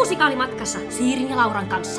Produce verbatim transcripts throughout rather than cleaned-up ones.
Musikaalimatkassa Siirin ja Lauran kanssa.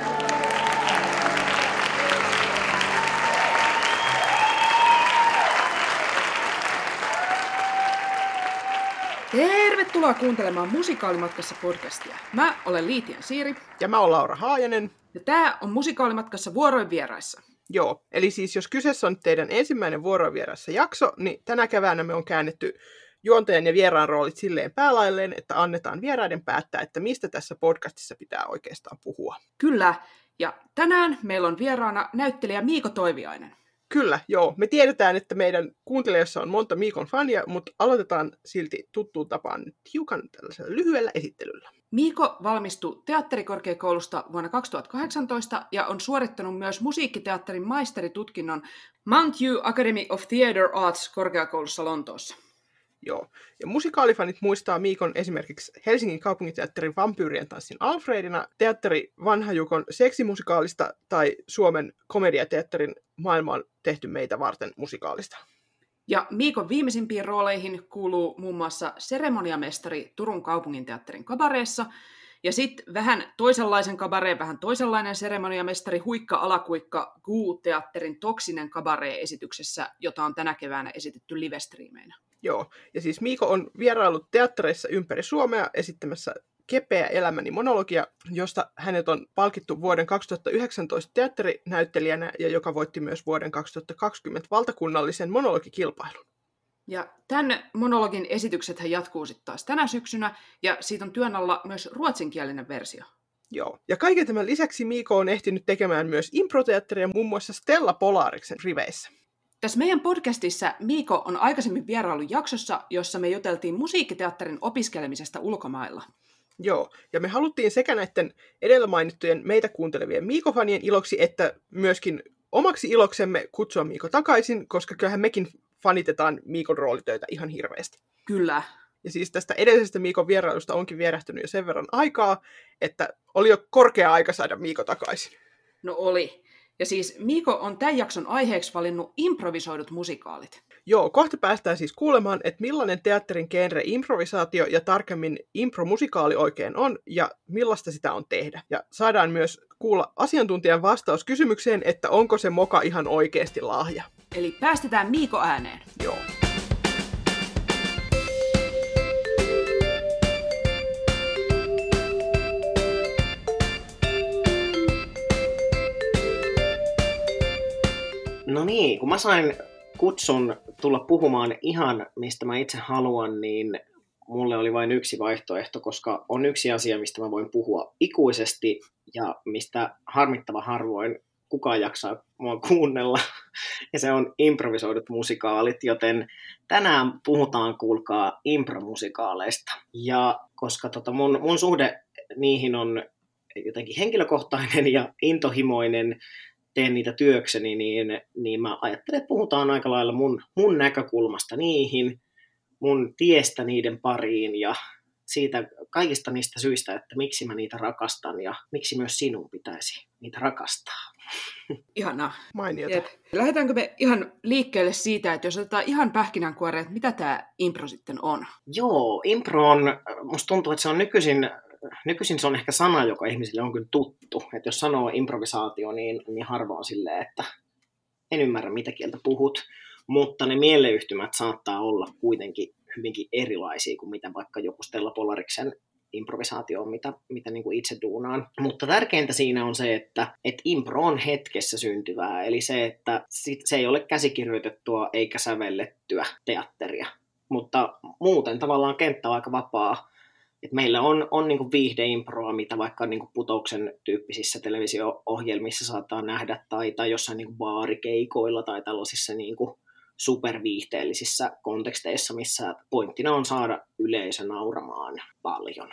Tervetuloa kuuntelemaan Musikaalimatkassa podcastia. Mä olen Liitian Siiri. Ja mä olen Laura Haajanen. Ja tää on Musikaalimatkassa vuoroin vieraissa. Joo, eli siis jos kyseessä on teidän ensimmäinen vuoroin vieraissa jakso, niin tänä keväänä me on käännetty juontajan ja vieraan roolit silleen päälailleen, että annetaan vieraiden päättää, että mistä tässä podcastissa pitää oikeastaan puhua. Kyllä, ja tänään meillä on vieraana näyttelijä Miiko Toiviainen. Kyllä, joo. Me tiedetään, että meidän kuuntelijoissa on monta Miikon fania, mutta aloitetaan silti tuttuun tapaan nyt hiukan tällaisella lyhyellä esittelyllä. Miiko valmistui teatterikorkeakoulusta vuonna kaksituhattakahdeksantoista ja on suorittanut myös musiikkiteatterin maisteritutkinnon Mountview Academy of Theatre Arts korkeakoulussa Lontoossa. Joo, ja musikaalifanit muistaa Miikon esimerkiksi Helsingin kaupunginteatterin Vampyyrien tanssin Alfredina, teatteri Vanhajukon seksimusikaalista tai Suomen komediateatterin Maailma on tehty meitä varten musikaalista. Ja Miikon viimeisimpiin rooleihin kuuluu muun muassa seremoniamestari Turun kaupunginteatterin kabareessa, ja sitten vähän toisenlaisen kabareen, vähän toisenlainen seremoniamestari Huikka Alakuikka Guu-teatterin Toksinen kabaree-esityksessä, jota on tänä keväänä esitetty livestriimeinä. Joo, ja siis Miiko on vieraillut teattereissa ympäri Suomea esittämässä Kepeä elämäni monologia, josta hänet on palkittu vuoden kaksituhattayhdeksäntoista teatterinäyttelijänä ja joka voitti myös vuoden kaksituhattakaksikymmentä valtakunnallisen monologikilpailun. Ja tämän monologin esityksethän jatkuu sitten taas tänä syksynä, ja siitä on työn alla myös ruotsinkielinen versio. Joo, ja kaiken tämän lisäksi Miiko on ehtinyt tekemään myös improteatteria muun muassa Stella Polariksen riveissä. Tässä meidän podcastissa Miiko on aikaisemmin vieraillut jaksossa, jossa me juteltiin musiikkiteatterin opiskelemisesta ulkomailla. Joo, ja me haluttiin sekä näiden edellä mainittujen meitä kuuntelevien Miiko-fanien iloksi, että myöskin omaksi iloksemme kutsua Miiko takaisin, koska kyllähän mekin fanitetaan Miikon roolitöitä ihan hirveästi. Kyllä. Ja siis tästä edellisestä Miikon vierailusta onkin vierähtynyt jo sen verran aikaa, että oli jo korkea aika saada Miiko takaisin. No oli. Ja siis Miiko on tämän jakson aiheeksi valinnut improvisoidut musikaalit. Joo, kohta päästään siis kuulemaan, että millainen teatterin genre improvisaatio ja tarkemmin impromusikaali oikein on ja millaista sitä on tehdä. Ja saadaan myös kuulla asiantuntijan vastaus kysymykseen, että onko se moka ihan oikeasti lahja. Eli päästetään Miiko ääneen. Joo. No niin, kun mä sain kutsun tulla puhumaan ihan mistä mä itse haluan, niin mulle oli vain yksi vaihtoehto, koska on yksi asia, mistä mä voin puhua ikuisesti ja mistä harmittava harvoin kukaan jaksaa mua kuunnella, ja se on improvisoidut musikaalit, joten tänään puhutaan, kuulkaa, impromusikaaleista. Ja koska tota mun, mun suhde niihin on jotenkin henkilökohtainen ja intohimoinen, teen niitä työkseni, niin, niin mä ajattelen, että puhutaan aika lailla mun, mun näkökulmasta niihin, mun tiestä niiden pariin ja siitä kaikista niistä syistä, että miksi mä niitä rakastan ja miksi myös sinun pitäisi niitä rakastaa. Ihanaa. Mainiota. Jep. Lähdetäänkö me ihan liikkeelle siitä, että jos otetaan ihan pähkinänkuoreen, että mitä tämä impro sitten on? Joo, impro on, musta tuntuu, että se on nykyisin, nykyisin se on ehkä sana, joka ihmisille on kyllä tuttu. Että jos sanoo improvisaatio, niin, niin harva on silleen, että en ymmärrä, mitä kieltä puhut. Mutta ne mieleyhtymät saattaa olla kuitenkin hyvinkin erilaisia kuin mitä vaikka joku Stella Polariksen improvisaatio on, mitä, mitä niin kuin itse duunaan. Mutta tärkeintä siinä on se, että et impro on hetkessä syntyvää, eli se, että sit, se ei ole käsikirjoitettua eikä sävellettyä teatteria. Mutta muuten tavallaan kenttä on aika vapaa. Et meillä on, on niin kuin viihdeimproa, mitä vaikka niin kuin Putouksen tyyppisissä televisio-ohjelmissa saattaa nähdä, tai, tai jossain niin kuin baarikeikoilla tai tällaisissa niin kuin superviihteellisissä konteksteissa, missä pointtina on saada yleisö nauramaan paljon.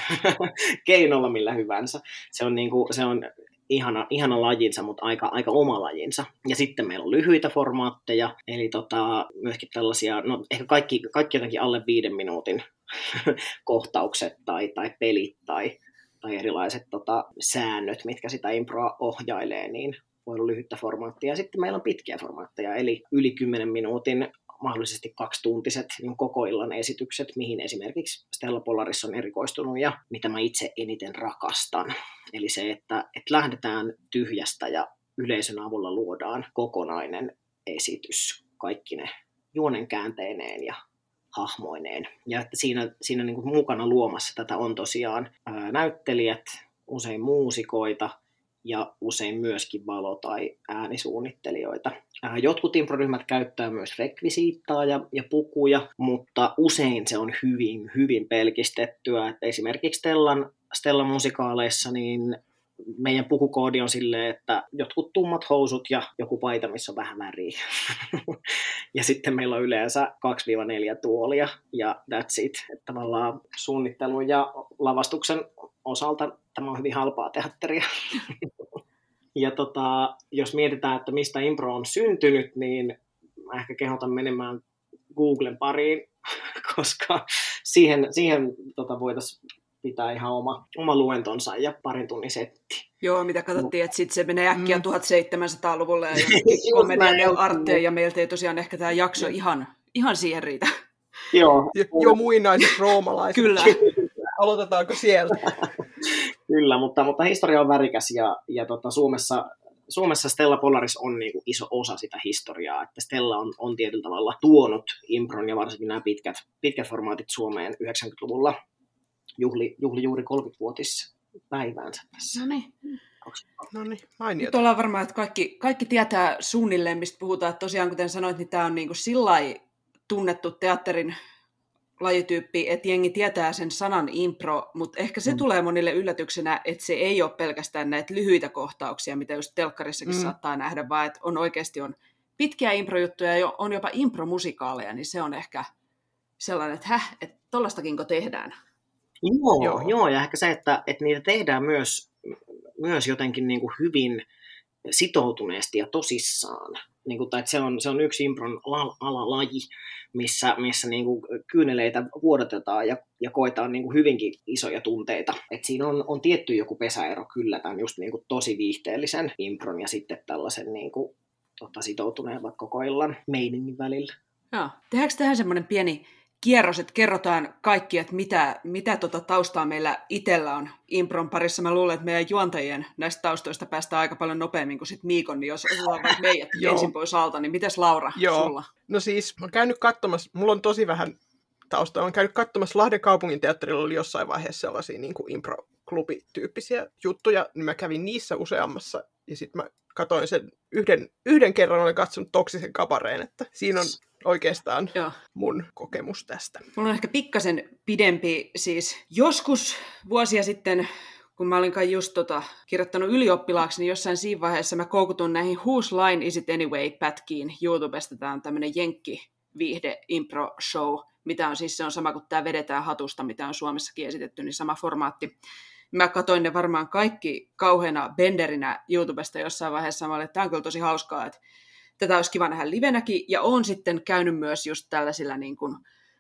Keinolla millä hyvänsä. Se on, niin kuin, se on ihana, ihana lajinsa, mutta aika, aika oma lajinsa. Ja sitten meillä on lyhyitä formaatteja, eli tota, myöskin tällaisia, no ehkä kaikki, kaikki jotenkin alle viiden minuutin kohtaukset tai, tai pelit tai, tai erilaiset tota, säännöt, mitkä sitä improa ohjailee, niin voi olla lyhyttä formaattia. Ja sitten meillä on pitkiä formaatteja, eli yli kymmenen minuutin mahdollisesti kaksituntiset niin koko illan esitykset, mihin esimerkiksi Stella Polaris on erikoistunut ja mitä mä itse eniten rakastan. Eli se, että, että lähdetään tyhjästä ja yleisön avulla luodaan kokonainen esitys, kaikki ne juonen käänteineen ja hahmoineen. Ja että siinä, siinä niin kuin mukana luomassa tätä on tosiaan ää, näyttelijät, usein muusikoita ja usein myöskin valo- tai äänisuunnittelijoita. Ää, jotkut improryhmät käyttää myös rekvisiittaa ja, ja pukuja, mutta usein se on hyvin, hyvin pelkistettyä. Että esimerkiksi Stellan, Stellan musikaaleissa niin meidän pukukoodi on silleen, että jotkut tummat housut ja joku paita, missä on vähän väriä. Ja sitten meillä on yleensä kaksi neljä tuolia ja that's it. Että tavallaan suunnittelun ja lavastuksen osalta tämä on hyvin halpaa teatteria. Ja tota, jos mietitään, että mistä impro on syntynyt, niin mä ehkä kehotan menemään Googlen pariin, koska siihen, siihen tota voitaisiin pitää ihan oma, oma luentonsa ja parin tunnin setti. Joo, mitä katsottiin, että sitten se menee äkkiä Mm. tuhatseitsemänsataaluvulle ja komedian ja artteen, ja meiltä ei tosiaan ehkä tämä jakso ihan, ihan siihen riitä. Joo. Jo, jo muinaiset roomalaiset. Kyllä. Aloitetaanko sieltä? Kyllä, mutta, mutta historia on värikäs ja, ja tota, Suomessa, Suomessa Stella Polaris on niinku iso osa sitä historiaa, että Stella on, on tietyllä tavalla tuonut impron ja varsinkin nämä pitkät, pitkät formaatit Suomeen yhdeksänkymmentäluvulla. Juhli, juhli juuri kolmekymmentävuotispäiväänsä tässä. No niin. No niin, Nyt mainiota. ollaan varmaan, että kaikki, kaikki tietää suunnilleen, mistä puhutaan. Että tosiaan, kuten sanoit, niin tämä on niin kuin sillai tunnettu teatterin lajityyppi, että jengi tietää sen sanan impro, mutta ehkä se mm. tulee monille yllätyksenä, että se ei ole pelkästään näitä lyhyitä kohtauksia, mitä just telkkarissakin mm. saattaa nähdä, vaan että on oikeasti on pitkiä improjuttuja ja on jopa impromusikaaleja, niin se on ehkä sellainen, että häh, että tollastakinko tehdään? Joo, Joo. joo, ja ehkä se, että, että niitä tehdään myös, myös jotenkin niin kuin hyvin sitoutuneesti ja tosissaan. Niin kuin, tai että se, on, se on yksi impron alalaji, missä, missä niin kuin kyyneleitä vuodatetaan ja, ja koetaan niin kuin hyvinkin isoja tunteita. Et siinä on, on tietty joku pesäero kyllä tämän just niin kuin tosi viihteellisen impron ja sitten tällaisen niin kuin, tota, sitoutuneen vaikka koko illan meiningin välillä. Joo. Tehdäänkö tähän semmoinen pieni kierros, että kerrotaan kaikki, että mitä, mitä tota taustaa meillä itsellä on impron parissa. Mä luulen, että meidän juontajien näistä taustoista päästään aika paljon nopeammin kuin sit Miikon, niin jos otetaan vaikka meidät ensin pois alta, niin mitäs Laura Joo. sulla? No siis, mä oon käynyt katsomassa, mulla on tosi vähän taustaa, mä oon käynyt katsomassa Lahden kaupunginteatterilla, oli jossain vaiheessa sellaisia niin kuin impro-klubityyppisiä juttuja, niin mä kävin niissä useammassa, ja sitten mä katoin sen yhden, yhden kerran, olen katsonut Toksisen kabareen, että siinä on oikeastaan Joo. mun kokemus tästä. Mulla on ehkä pikkasen pidempi, siis joskus vuosia sitten, kun mä olin kai just tota, kirjoittanut ylioppilaaksi, niin jossain siinä vaiheessa mä koukutun näihin Whose Line Is It Anyway-pätkiin YouTubesta. Tää on tämmönen jenkki-viihde impro show, mitä on siis se on sama kuin tää Vedetään hatusta, mitä on Suomessakin esitetty, niin sama formaatti. Mä katsoin ne varmaan kaikki kauheana benderinä YouTubesta jossain vaiheessa. Mä olin, että tää on kyllä tosi hauskaa, että tätä olisi kiva nähdä livenäkin. Ja oon sitten käynyt myös just tällaisilla niin kuin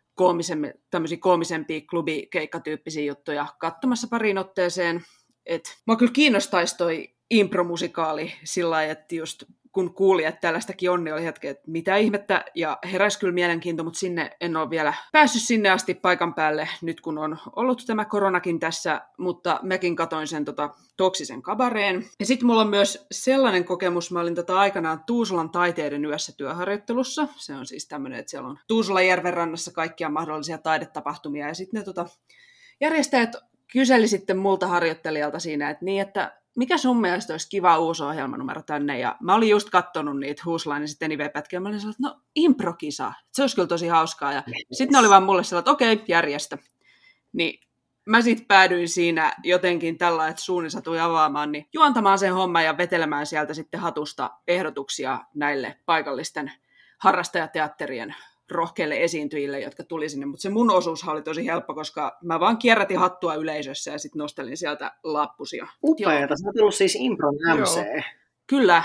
tämmöisiä koomisempia klubikeikkatyyppisiä juttuja katsomassa pariin otteeseen. Et mua kyllä kiinnostaisi toi impromusikaali sillä lailla, että just kun kuulin, että tällaistakin on, niin oli hetki, että mitä ihmettä, ja heräsi kyllä mielenkiinto, mutta sinne en ole vielä päässyt sinne asti paikan päälle, nyt kun on ollut tämä koronakin tässä, mutta mäkin katoin sen tota, Toksisen kabareen. Ja sitten mulla on myös sellainen kokemus, mä olin tota aikanaan Tuusulan taiteiden yössä työharjoittelussa, se on siis tämmöinen, että siellä on Tuusulan järven rannassa kaikkia mahdollisia taidetapahtumia, ja sitten ne tota, järjestäjät kyseli sitten multa harjoittelijalta siinä, että niin, että mikä sun mielestä olisi kiva uusi ohjelmanumero tänne? Ja mä olin just kattonut niitä Huuslainen sitten nive-pätkiä. Mä olin sellainen, että no improkisa. Se olisi kyllä tosi hauskaa. Ja sitten ne oli vaan mulle sellainen, että okei, järjestä. Niin mä sitten päädyin siinä jotenkin tällä, että suuni satui avaamaan, niin juontamaan sen homman ja vetelemään sieltä sitten hatusta ehdotuksia näille paikallisten harrastajateatterien rohkeille esiintyjille, jotka tuli sinne, mutta se mun osuushan oli tosi helppo, koska mä vaan kierrätin hattua yleisössä ja sitten nostelin sieltä lappusia. Upeeta, sä oot ollut siis impron M C. Joo. Kyllä.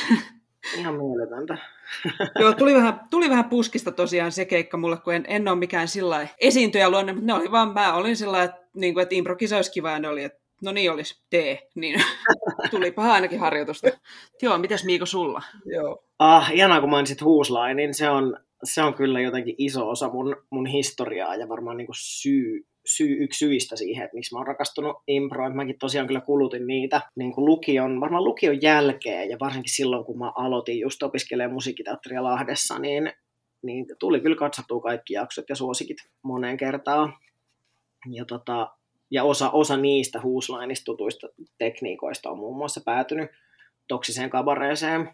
Ihan mieletöntä. Joo, tuli vähän, tuli vähän puskista tosiaan se keikka mulle, kun en, en ole mikään sillai esiintyjä luonne, mutta ne oli vaan, mä olin sillä että, niin kuin, että impro-kisa olisi kiva ja ne oli, että no niin olisi, tee. Niin tulipahan ainakin harjoitusta. Joo, mitäs Miiko sulla? Joo. Ah, ihanaa kun mainitsit Whose Line, niin se on, se on kyllä jotenkin iso osa mun, mun historiaa ja varmaan niin kuin syy, syy, yksi syistä siihen, että miksi mä oon rakastunut improon. Mäkin tosiaan kyllä kulutin niitä niin kuin lukion, varmaan lukion jälkeen ja varsinkin silloin, kun mä aloitin just opiskelemaan musiikkiteatteria Lahdessa, niin, niin tuli kyllä katsottua kaikki jaksot ja suosikit moneen kertaan. Ja, tota, ja osa, osa niistä Whose tutuista tekniikoista on muun muassa päätynyt Toksiseen kabareeseen.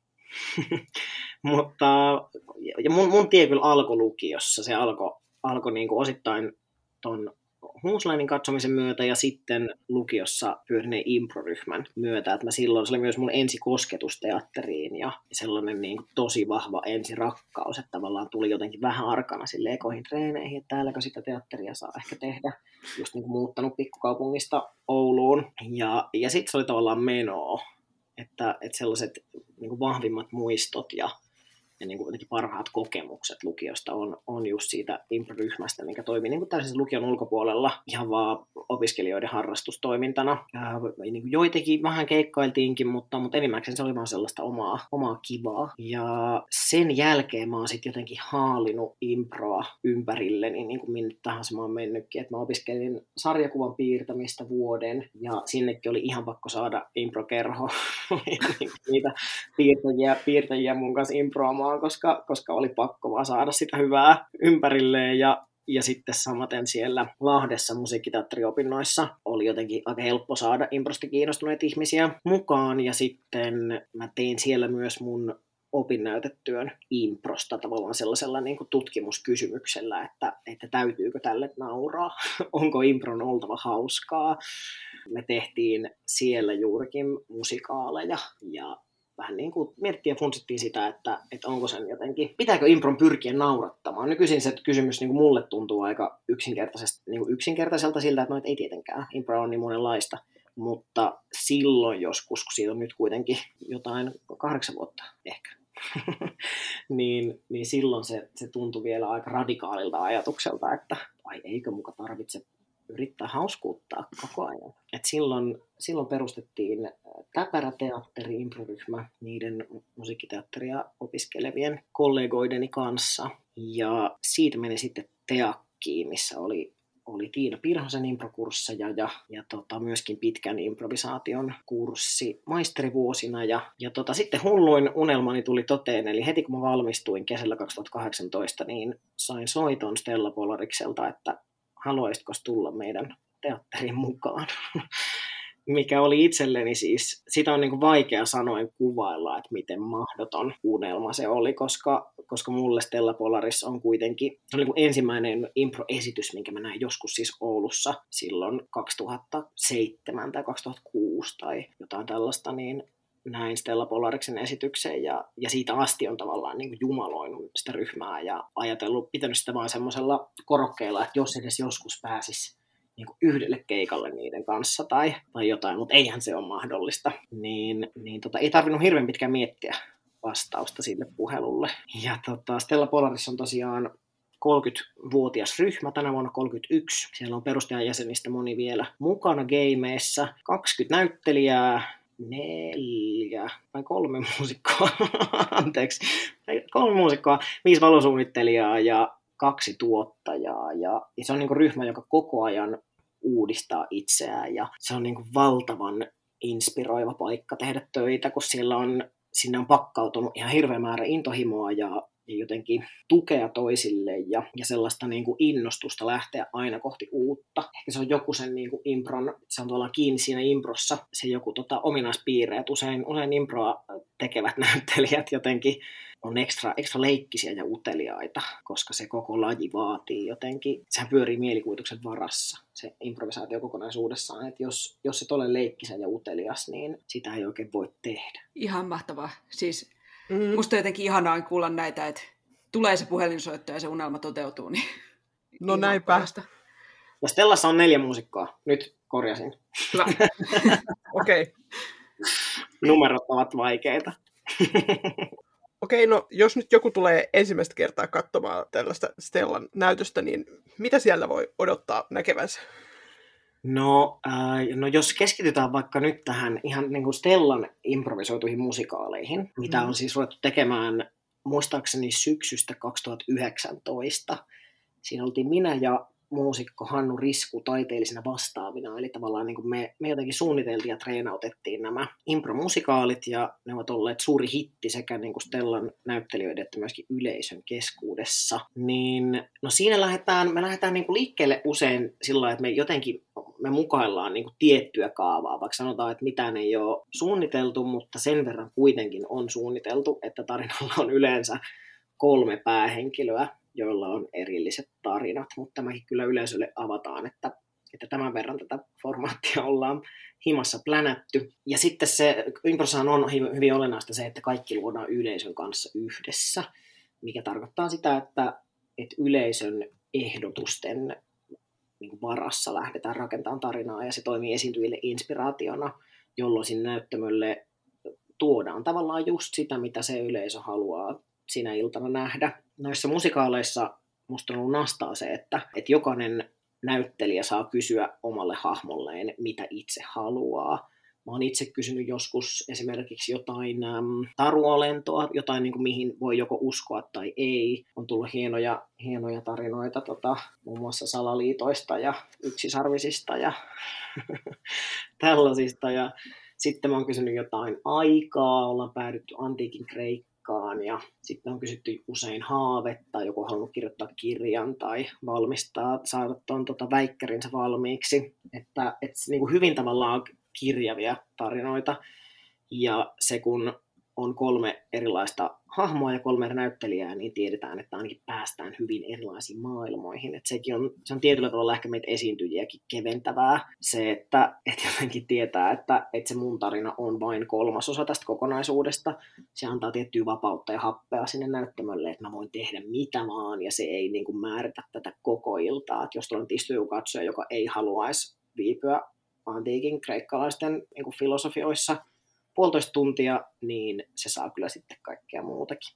Mutta ja mun, mun tie kyllä alkoi lukiossa. Se alkoi alko niinku osittain ton Whose katsomisen myötä ja sitten lukiossa pyörineen improryhmän myötä. Että mä silloin, se oli myös mun ensikosketus teatteriin ja sellainen niinku tosi vahva ensirakkaus, että tavallaan tuli jotenkin vähän arkana sille ekoihin treeneihin, että täälläkö sitä teatteria saa ehkä tehdä. Just niinku muuttanut pikkukaupungista Ouluun ja, ja sitten se oli tavallaan menoa. Että, että sellaiset niin kuin vahvimmat muistot ja, ja niin kuin parhaat kokemukset lukiosta on, on just siitä improryhmästä, mikä toimii niin kuin täysin lukion ulkopuolella ihan vaan opiskelijoiden harrastustoimintana. Ää, niin kuin joitakin vähän keikkailtiinkin, mutta, mutta enimmäkseen se oli vaan sellaista omaa, omaa kivaa. Ja sen jälkeen mä oon sitten jotenkin haalinut improa ympärilleni, niin kuin minne tahansa mä oon mennytkin. Et mä opiskelin sarjakuvan piirtämistä vuoden ja sinnekin oli ihan pakko saada improkerho. Niitä piirtäjiä, piirtäjiä mun kanssa improamaan, koska, koska oli pakko vaan saada sitä hyvää ympärilleen ja, ja sitten samaten siellä Lahdessa musiikkiteatteriopinnoissa oli jotenkin aika helppo saada improsta kiinnostuneita ihmisiä mukaan ja sitten mä tein siellä myös mun opinnäytetyön improsta tavallaan sellaisella niin kuin tutkimuskysymyksellä, että, että täytyykö tälle nauraa, onko impron oltava hauskaa. Me tehtiin siellä juurikin musikaaleja ja vähän niin kuin mietittiin ja funtsittiin sitä, että, että onko sen jotenkin, pitääkö impron pyrkiä naurattamaan. Nykyisin se kysymys niin kuin mulle tuntuu aika yksinkertaisesti, niin kuin yksinkertaiselta siltä, että no, et ei tietenkään, impro on niin monenlaista. Mutta silloin joskus, kun siitä on nyt kuitenkin jotain kahdeksan vuotta ehkä, niin, niin silloin se, se tuntui vielä aika radikaalilta ajatukselta, että ai eikö muka tarvitse yrittää hauskuuttaa koko ajan. Et silloin, silloin perustettiin Täpäräteatteri, improryhmä niiden musiikkiteatteria opiskelevien kollegoideni kanssa. Ja siitä meni sitten Teakkiin, missä oli oli Tiina Pirhosen improkursseja ja, ja tota, myöskin pitkän improvisaation kurssi maisterivuosina. Ja, ja tota, sitten hulluin unelmani tuli toteen, eli heti kun mä valmistuin kesällä kaksituhattakahdeksantoista, niin sain soiton Stella Polarikselta, että haluaisitko tulla meidän teatterin mukaan. Mikä oli itselleni siis, sitä on niin kuin vaikea sanoen kuvailla, että miten mahdoton unelma se oli, koska, koska mulle Stella Polaris on kuitenkin, se oli niin kuin ensimmäinen impro-esitys, minkä mä näin joskus siis Oulussa silloin kaksituhattaseitsemän tai kaksituhattakuusi tai jotain tällaista, niin näin Stella Polariksen esityksen ja, ja siitä asti on tavallaan niin kuin jumaloinut sitä ryhmää ja ajatellut, pitänyt sitä vaan semmoisella korokkeella, että jos edes joskus pääsisi niin kuin yhdelle keikalle niiden kanssa tai, tai jotain, mutta eihän se ole mahdollista. Niin, niin tota, ei tarvinnut hirveän pitkään miettiä vastausta sille puhelulle. Ja tota, Stella Polaris on tosiaan kolmekymmentävuotias ryhmä, tänä vuonna kolmekymmentäyksi. Siellä on perustajajäsenistä moni vielä mukana gameissa. kaksikymmentä näyttelijää, neljä vai kolme muusikkoa, anteeksi, kolme muusikkoa, viisi valosuunnittelijaa ja kaksi tuottajaa ja, ja se on niinku ryhmä, joka koko ajan uudistaa itseään ja se on niinku valtavan inspiroiva paikka tehdä töitä, kun siellä on, sinne on pakkautunut ihan hirveä määrä intohimoa ja, ja jotenkin tukea toisille ja, ja sellaista niinku innostusta lähteä aina kohti uutta. Ehkä se on joku sen niinku impron, se on tuolla kiinni siinä improssa, se joku tota, ominaispiirre, että usein, usein improa tekevät näyttelijät jotenkin on ekstra, ekstra leikkisiä ja uteliaita, koska se koko laji vaatii jotenkin, sehän pyörii mielikuvituksen varassa, se improvisaatio kokonaisuudessaan, että jos, jos et ole leikkisä ja utelias, niin sitä ei oikein voi tehdä. Ihan mahtavaa. Siis mm. musta on jotenkin ihanaa kuulla näitä, että tulee se puhelinsoitto ja se unelma toteutuu, niin no näinpä. Ja Stellassa on neljä muusikkoa. Nyt korjasin. Hyvä. Okei. Okay. Numerot ovat vaikeita. Okei, no jos nyt joku tulee ensimmäistä kertaa katsomaan tällaista Stellan näytöstä, niin mitä siellä voi odottaa näkevänsä? No, äh, no jos keskitytään vaikka nyt tähän ihan niin kuin Stellan improvisoituihin musikaaleihin, mitä on siis ruvettu tekemään muistaakseni syksystä kaksituhattayhdeksäntoista. Siinä oltiin minä ja muusikko Hannu Risku taiteellisina vastaavina, eli tavallaan niin kuin me, me jotenkin suunniteltiin ja treenautettiin nämä impromusikaalit, ja ne ovat olleet suuri hitti sekä niin kuin Stellan näyttelijöiden että myöskin yleisön keskuudessa. Niin, no siinä lähdetään, me lähdetään niin kuin liikkeelle usein sillä lailla, että me jotenkin me mukaillaan niin kuin tiettyä kaavaa, vaikka sanotaan, että mitään ei ole suunniteltu, mutta sen verran kuitenkin on suunniteltu, että tarinalla on yleensä kolme päähenkilöä, joilla on erilliset tarinat, mutta tämäkin kyllä yleisölle avataan, että, että tämän verran tätä formaattia ollaan himassa plänätty. Ja sitten se, improssahan on hyvin olennaista se, että kaikki luodaan yleisön kanssa yhdessä, mikä tarkoittaa sitä, että, että yleisön ehdotusten niin varassa lähdetään rakentamaan tarinaa, ja se toimii esiintyjille inspiraationa, jolloin sinne näyttämölle tuodaan tavallaan just sitä, mitä se yleisö haluaa sinä iltana nähdä. Noissa musikaaleissa musta on ollut nastaa se, että, että jokainen näyttelijä saa kysyä omalle hahmolleen, mitä itse haluaa. Mä oon itse kysynyt joskus esimerkiksi jotain äm, taruolentoa, jotain niin kuin mihin voi joko uskoa tai ei. On tullut hienoja, hienoja tarinoita tota, muun muassa salaliitoista ja yksisarvisista ja tällaisista. Ja sitten mä oon kysynyt jotain aikaa, ollaan päädytty antiikin Kreikkaan. Ja sitten on kysytty usein haavetta, joku on halunnut kirjoittaa kirjan tai valmistaa, saada tuon tota väikkärinsä valmiiksi. Että, että niin kuin hyvin tavallaan kirjavia tarinoita. Ja se kun on kolme erilaista hahmoa ja kolme näyttelijää, niin tiedetään, että ainakin päästään hyvin erilaisiin maailmoihin. Että sekin on, se on tietyllä tavalla ehkä meitä esiintyjiäkin keventävää. Se, että, että jotenkin tietää, että, että se mun tarina on vain kolmasosa tästä kokonaisuudesta. Se antaa tiettyä vapautta ja happea sinne näyttämölle, että mä voin tehdä mitä vaan, ja se ei niin kuin määritä tätä koko iltaa. Että jos tuolla istuu joku katsoja, joka ei haluaisi viipyä antiikin kreikkalaisten niin kuin filosofioissa puolitoista tuntia, niin se saa kyllä sitten kaikkea muutakin.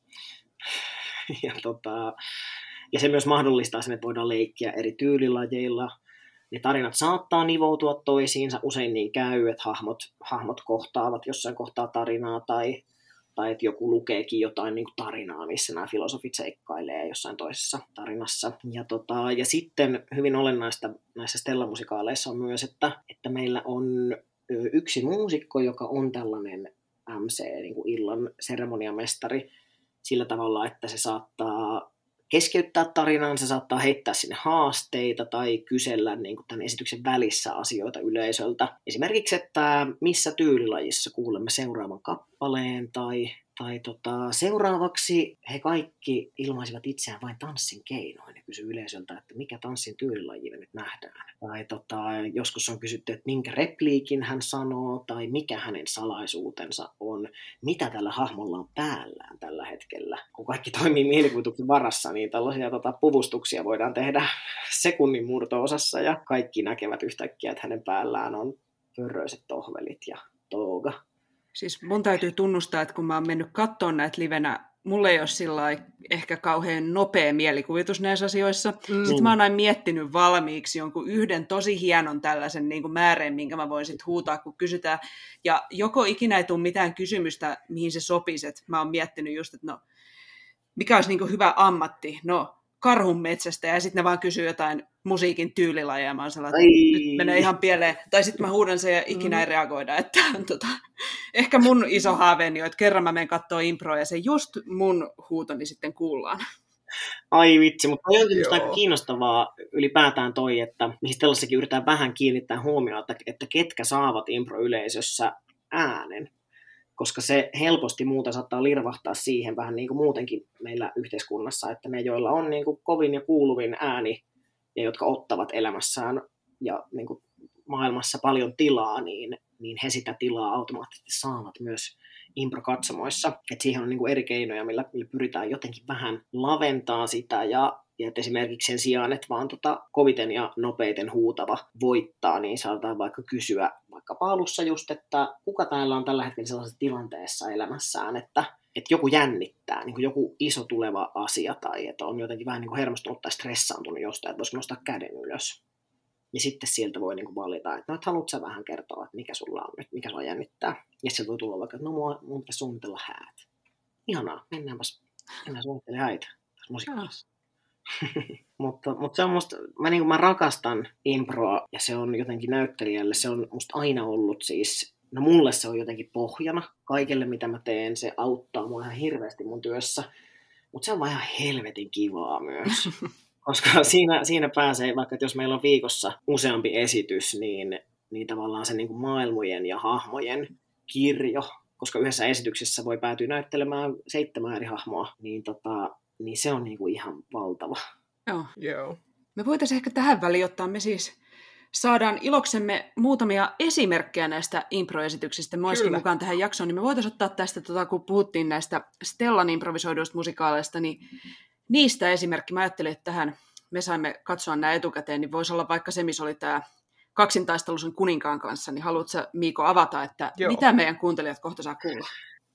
Ja, tota, ja se myös mahdollistaa sen, että voidaan leikkiä eri tyylilajeilla. Ne tarinat saattaa nivoutua toisiinsa, usein niin käy, että hahmot, hahmot kohtaavat jossain kohtaa tarinaa, tai, tai että joku lukeekin jotain niin kuin tarinaa, missä nämä filosofit seikkailee jossain toisessa tarinassa. Ja, tota, ja sitten hyvin olennaista näissä Stella-musikaaleissa on myös, että, että meillä on yksi muusikko, joka on tällainen M C, niin kuin illan seremoniamestari, sillä tavalla, että se saattaa keskeyttää tarinaan, se saattaa heittää sinne haasteita tai kysellä niin kuin tämän esityksen välissä asioita yleisöltä. Esimerkiksi, että missä tyylilajissa kuulemme seuraavan kappaleen, tai, tai tota, seuraavaksi he kaikki ilmaisivat itseään vain tanssin keinoin ja kysyivät yleisöltä, että mikä tanssin tyylilaji me nyt nähdään. Tai tota, joskus on kysytty, että minkä repliikin hän sanoo, tai mikä hänen salaisuutensa on, mitä tällä hahmolla on päällään tällä hetkellä. Kun kaikki toimii mielikuvituksen varassa, niin tällaisia tota, puvustuksia voidaan tehdä sekunnin murto-osassa, ja kaikki näkevät yhtäkkiä, että hänen päällään on pörröiset tohvelit ja tooga. Siis mun täytyy tunnustaa, että kun mä oon mennyt katsomaan näitä livenä, mulla ei ole sillä ehkä kauhean nopea mielikuvitus näissä asioissa. Mm. Sitten mä oon aina miettinyt valmiiksi jonkun yhden tosi hienon tällaisen niin kuin määreen, minkä mä voin sitten huutaa, kun kysytään. Ja joko ikinä ei tule mitään kysymystä, mihin se sopisi. Et mä oon miettinyt just, että no, mikä olisi niin kuin hyvä ammatti? No, karhun metsästä, ja sitten ne vaan kysyy jotain musiikin tyylilajeja, ja mä oon sellainen, että nyt menee ihan pieleen. Tai sitten mä huudan sen ja ikinä ei reagoida. Että, tota, ehkä mun iso haaveeni on, että kerran mä menen katsoa improa, ja se just mun huutoni sitten kuullaan. Ai vitsi, mutta on jotenkin aika kiinnostavaa ylipäätään toi, että mihin tällaisessakin yritetään vähän kiinnittää huomiota, että ketkä saavat impro-yleisössä äänen. Koska se helposti muuta saattaa lirvahtaa siihen vähän niin kuin muutenkin meillä yhteiskunnassa, että ne, joilla on niin kuin kovin ja kuuluvin ääni, ja jotka ottavat elämässään ja niin kuin maailmassa paljon tilaa, niin, niin he sitä tilaa automaattisesti saavat myös impro-katsomoissa. Et siihen on niin kuin eri keinoja, millä, millä pyritään jotenkin vähän laventaa sitä, ja, ja että esimerkiksi sen sijaan, että vaan tota koviten ja nopeiten huutava voittaa, niin saadaan vaikka kysyä vaikka alussa just, että kuka täällä on tällä hetkellä sellaisessa tilanteessa elämässään, että, että joku jännittää, niin kuin joku iso tuleva asia, tai että on jotenkin vähän niin kuin hermostunut tai stressaantunut jostain, että voisiko nostaa käden ylös. Ja sitten sieltä voi niin kuin valita, että no, et haluatko sä vähän kertoa, että mikä sulla on nyt, mikä sua jännittää. Ja sieltä voi tulla vaikka, että no mun pitäisi suunnitella häät. Ihanaa, mennäänpäs Mä suunnittelin häitä tässä musiikissa. mutta, mutta se on musta, mä, niin kuin, mä rakastan improa ja se on jotenkin näyttelijälle, se on musta aina ollut siis, no mulle se on jotenkin pohjana kaikelle mitä mä teen, se auttaa mua ihan hirveästi mun työssä, mutta se on vaan ihan helvetin kivaa myös, koska siinä, siinä pääsee, vaikka että jos meillä on viikossa useampi esitys, niin, niin tavallaan se niin kuin maailmojen ja hahmojen kirjo, koska yhdessä esityksessä voi päätyä näyttelemään seitsemän eri hahmoa, niin tota, niin se on niinku ihan valtava. Joo. Joo. Me voitaisiin ehkä tähän väliin ottaa, me siis saadaan iloksemme muutamia esimerkkejä näistä improesityksistä myöskin Kyllä. mukaan tähän jaksoon, niin me voitaisiin ottaa tästä, tota, kun puhuttiin näistä Stellan improvisoiduista musikaaleista, niin niistä esimerkki, mä ajattelin, että tähän me saimme katsoa nämä etukäteen, niin voisi olla vaikka se, missä oli tämä kaksintaistelu sen kuninkaan kanssa, niin haluatko Miiko avata, että Joo. mitä meidän kuuntelijat kohta saa kuulla?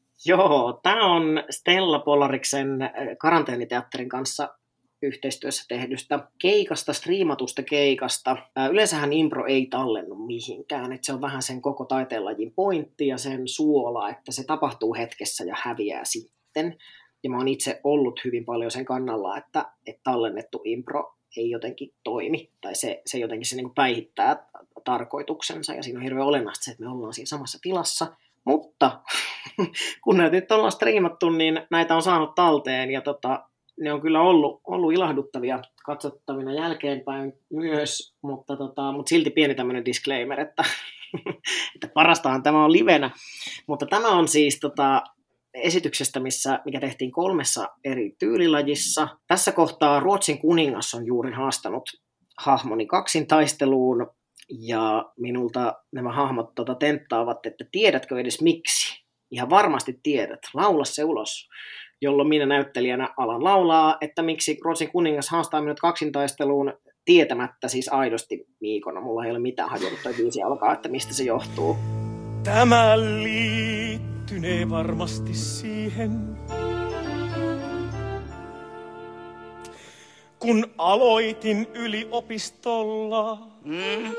Joo, tämä on Stella Polariksen karanteeniteatterin kanssa yhteistyössä tehdystä keikasta, striimatusta keikasta. Yleensähän impro ei tallennu mihinkään, että se on vähän sen koko taiteenlajin pointti ja sen suola, että se tapahtuu hetkessä ja häviää sitten. Ja mä oon itse ollut hyvin paljon sen kannalla, että, että tallennettu impro ei jotenkin toimi, tai se, se jotenkin se niin kuin päihittää tarkoituksensa, ja siinä on hirveän olennaista se, että me ollaan siinä samassa tilassa. Mutta kun näitä nyt ollaan striimattu, niin näitä on saanut talteen, ja tota, ne on kyllä ollut, ollut ilahduttavia katsottavina jälkeenpäin myös, mutta, tota, mutta silti pieni tämmöinen disclaimer, että, että parastahan tämä on livenä. Mutta tämä on siis tota, esityksestä, missä, mikä tehtiin kolmessa eri tyylilajissa. Tässä kohtaa Ruotsin kuningas on juuri haastanut hahmoni kaksintaisteluun, ja minulta nämä hahmot tota, tenttaavat, että tiedätkö edes miksi? Ihan varmasti tiedät, laula se ulos. Jolloin minä näyttelijänä alan laulaa, että miksi Ruotsin kuningas haastaa minut kaksintaisteluun tietämättä siis aidosti Miikona. Mulla ei ole mitään hajonnut toi biisi alkaa, että mistä se johtuu. Tämä liittynee varmasti siihen, kun aloitin yliopistolla. Mm.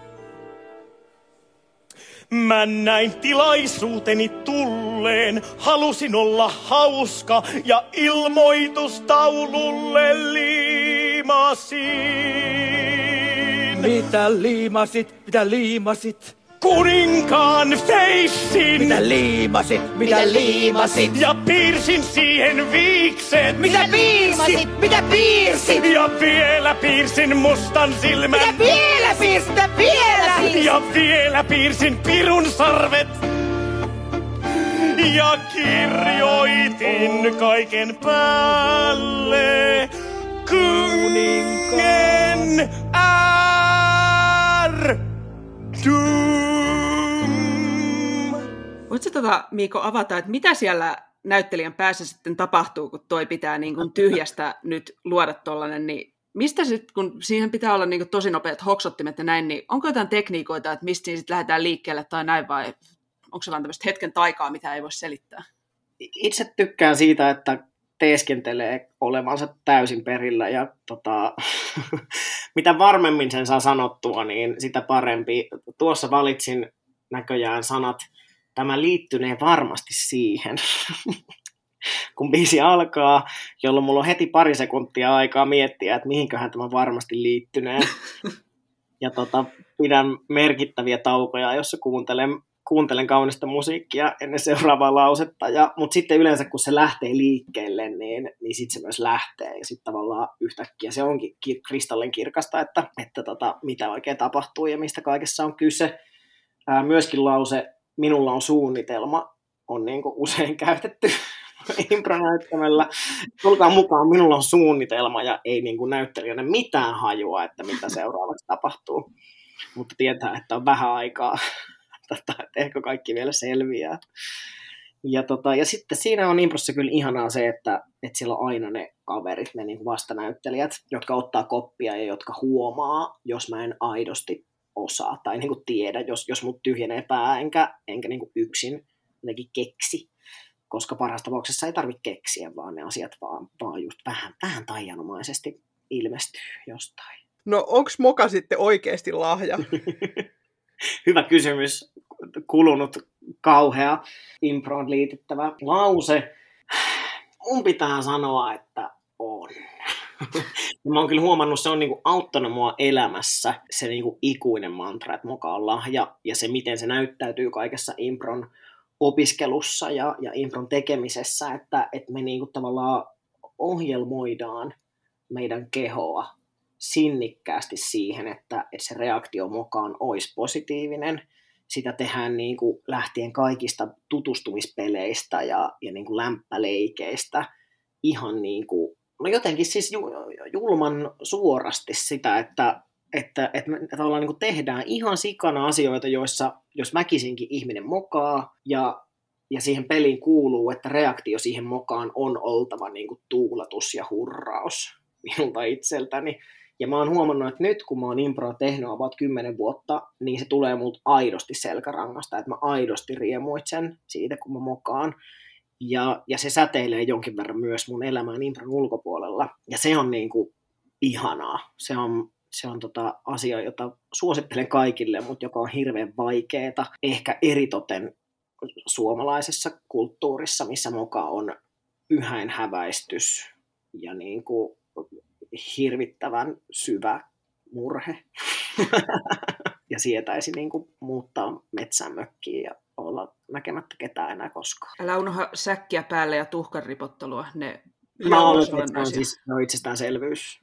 Mä näin tilaisuuteni tulleen, halusin olla hauska ja ilmoitustaululle liimasin. Mitä liimasit, mitä liimasit? Kuninkaan feissin. Mitä liimasit, mitä liimasit? Ja piirsin siihen viikset. Mitä piirsit, mitä piirsit? Ja vielä piirsin mustan silmän. Mitä vielä piirsit, mitä vielä piirsit? Ja vielä piirsin pirun sarvet. Ja kirjoitin kaiken päälle Kungen är dum. Voitko tota, Miiko, avata, että mitä siellä näyttelijän päässä sitten tapahtuu, kun toi pitää niin kuin tyhjästä nyt luoda tollainen, niin mistä sitten, kun siihen pitää olla niin kuin tosi nopeat hoksottimet ja näin, niin onko jotain tekniikoita, että mistä siinä sitten lähdetään liikkeelle tai näin, vai onko se vaan tämmöistä hetken taikaa, mitä ei voi selittää? Itse tykkään siitä, että teeskentelee olevansa täysin perillä ja tota, mitä varmemmin sen saa sanottua, niin sitä parempi. Tuossa valitsin näköjään sanat, tämä liittynee varmasti siihen, kun biisi alkaa, jolloin mulla on heti pari sekuntia aikaa miettiä, että mihinköhän tämä varmasti liittynee. Ja tota, pidän merkittäviä taukoja, jossa kuuntelen, kuuntelen kaunista musiikkia ennen seuraavaa lausetta. Ja, mutta sitten yleensä, kun se lähtee liikkeelle, niin, niin sitten se myös lähtee. Ja sitten tavallaan yhtäkkiä se onkin kir- kristallin kirkasta, että, että tota, mitä oikein tapahtuu ja mistä kaikessa on kyse. Ää, myöskin lause, minulla on suunnitelma, on niin kuin usein käytetty impronäyttämällä. Tulkaa mukaan, minulla on suunnitelma ja ei niin kuin näyttelijänä mitään hajua, että mitä seuraavaksi tapahtuu. Mutta tietää, että on vähän aikaa, että ehkä kaikki vielä selviää. Ja, tota, ja sitten siinä on improssa kyllä ihanaa se, että, että siellä on aina ne kaverit, ne niin kuin vastanäyttelijät, jotka ottaa koppia ja jotka huomaa, jos mä en aidosti osaa tai niin kuin tiedä, jos, jos mut tyhjenee pää, enkä, enkä niin kuin yksin jotenkin keksi. Koska parhaassa tapauksessa ei tarvitse keksiä, vaan ne asiat vaan, vaan just vähän, vähän taianomaisesti ilmestyy jostain. No onks moka sitten oikeasti lahja? Hyvä kysymys. Kulunut kauhea improon liitettävä lause. mun pitää sanoa, että on. Mä oon kyllä huomannut, se on niinku auttanut mua elämässä, se niinku ikuinen mantra, että moka on lahja, ja se miten se näyttäytyy kaikessa impron opiskelussa ja, ja impron tekemisessä, että, että me niinku tavallaan ohjelmoidaan meidän kehoa sinnikkäästi siihen, että, että se reaktio mokaan olisi positiivinen. Sitä tehdään niin kuin lähtien kaikista tutustumispeleistä ja, ja niin kuin lämpäleikeistä ihan niin kuin, no jotenkin siis julman suorasti sitä, että, että, että me tavallaan niin kuin tehdään ihan sikana asioita, joissa jos väkisinkin ihminen mokaa ja, ja siihen peliin kuuluu, että reaktio siihen mokaan on oltava niin kuin tuulatus ja hurraus minulta itseltäni. Ja mä oon huomannut, että nyt kun mä oon improa tehnyt about kymmenen vuotta, niin se tulee multa aidosti selkärangasta, että mä aidosti riemuitsen siitä, kun mä mokaan. Ja, ja se säteilee jonkin verran myös mun elämään impron ulkopuolella. Ja se on niinku ihanaa. Se on, se on tota asia, jota suosittelen kaikille, mutta joka on hirveän vaikeeta. Ehkä eritoten suomalaisessa kulttuurissa, missä moka on pyhäin häväistys ja niinku hirvittävän syvä murhe. Ja sietäisi niin kuin muuttaa metsään mökkiin ja olla näkemättä ketään enää koskaan. Älä unoha säkkiä päälle ja tuhkan ripottelua. Ne no, se on siis no, itsestäänselvyys.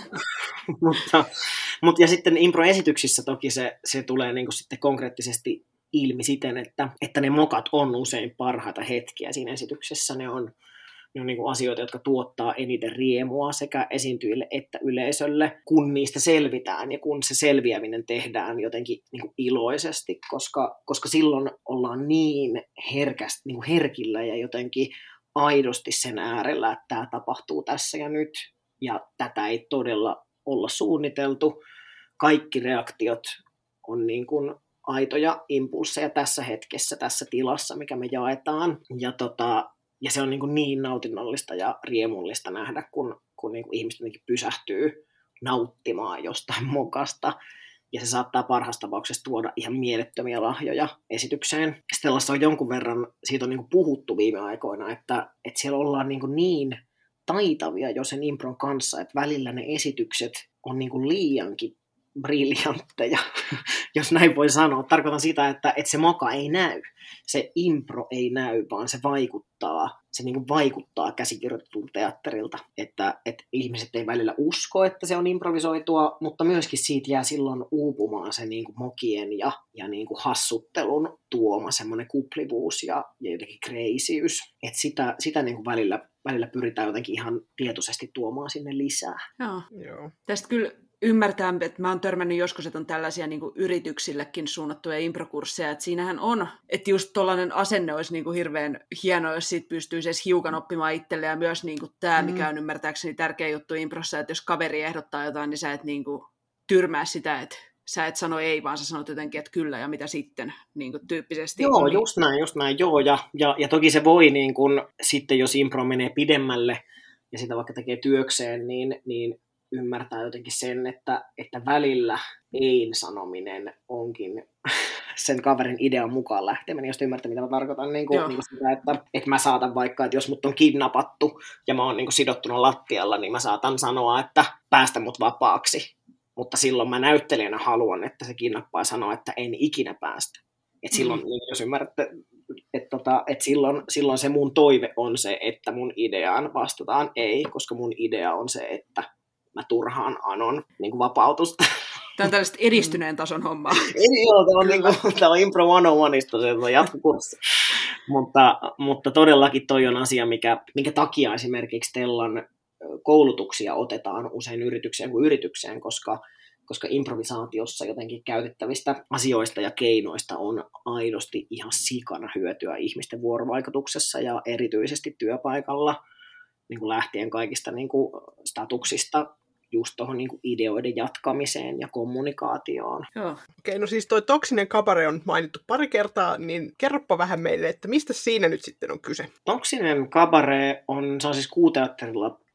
mutta, mutta, ja sitten impro-esityksissä toki se, se tulee niin kuin sitten konkreettisesti ilmi siten, että, että ne mokat on usein parhaita hetkiä siinä esityksessä. Ne on Ne on niin kuin asioita, jotka tuottaa eniten riemua sekä esiintyjille että yleisölle, kun niistä selvitään ja kun se selviäminen tehdään jotenkin niin kuin iloisesti, koska, koska silloin ollaan niin, herkästi, niin kuin herkillä ja jotenkin aidosti sen äärellä, että tämä tapahtuu tässä ja nyt, ja tätä ei todella olla suunniteltu. Kaikki reaktiot on niin kuin aitoja impulsseja tässä hetkessä, tässä tilassa, mikä me jaetaan, ja tota, Ja se on niin, kuin niin nautinnollista ja riemullista nähdä, kun, kun niin kuin ihmiset pysähtyy nauttimaan jostain mokasta. Ja se saattaa parhaassa tapauksessa tuoda ihan mielettömiä lahjoja esitykseen. Stellassa on jonkun verran, siitä on niin kuin puhuttu viime aikoina, että, että siellä ollaan niin, kuin niin taitavia jo sen impron kanssa, että välillä ne esitykset on niin kuin liiankin briljantteja, jos näin voi sanoa. Tarkoitan sitä, että, että se moka ei näy, se impro ei näy, vaan se vaikuttaa, se niin kuin vaikuttaa käsikirjoitetulta teatterilta, että, että ihmiset ei välillä usko, että se on improvisoitua, mutta myöskin siitä jää silloin uupumaan se niin kuin mokien ja, ja niin kuin hassuttelun tuoma semmoinen kuplivuus ja, ja jotenkin kreisyys, että sitä, sitä niin kuin välillä, välillä pyritään jotenkin ihan tietoisesti tuomaan sinne lisää. Joo. Joo. Tästä kyllä ymmärtää, että mä oon törmännyt joskus, että on tällaisia niin kuin yrityksillekin suunnattuja improkursseja, että siinähän on, että just tollainen asenne olisi niin kuin hirveän hieno, jos siitä pystyisi edes hiukan oppimaan itselle, ja myös niin kuin tämä, mikä on ymmärtääkseni tärkeä juttu improssa, että jos kaveri ehdottaa jotain, niin sä et niin kuin tyrmää sitä, että sä et sano ei, vaan sä sanot jotenkin, että kyllä, ja mitä sitten, niin kuin tyyppisesti. Joo, niin... just näin, just näin, joo, ja, ja, ja toki se voi niin kuin, sitten, jos impro menee pidemmälle, ja sitä vaikka tekee työkseen, niin, niin ymmärtää jotenkin sen, että, että välillä ei-sanominen onkin sen kaverin idean mukaan lähteminen, jos ymmärtää, mitä mä tarkoitan. Niin kuin, niin kuin sitä, että, että mä saatan vaikka, että jos mut on kidnappattu ja mä oon niin kuin sidottuna lattialla, niin mä saatan sanoa, että päästä mut vapaaksi. Mutta silloin mä näyttelijänä haluan, että se kidnappaa sanoa, että en ikinä päästä. Et silloin, mm. jos ymmärrätte, että tota, et silloin, silloin se mun toive on se, että mun ideaan vastataan ei, koska mun idea on se, että mä turhaan anon niin kuin vapautusta. Tämä on tällaista edistyneen tason hommaa. Joo, tämä on, niin kuin, tämä on Impro sata yksi, se on jatkokurssi. mutta, mutta todellakin toi on asia, mikä, minkä takia esimerkiksi Stellan koulutuksia otetaan usein yritykseen kuin yritykseen, koska, koska improvisaatiossa jotenkin käytettävistä asioista ja keinoista on aidosti ihan sikana hyötyä ihmisten vuorovaikutuksessa ja erityisesti työpaikalla, niin kuin lähtien kaikista niin kuin statuksista just tuohon niin kuin ideoiden jatkamiseen ja kommunikaatioon. Joo. Okei, no siis toi Toksinen kabare on mainittu pari kertaa, niin kerropa vähän meille, että mistä siinä nyt sitten on kyse? Toksinen kabare on, se on siis Kuuteatterilla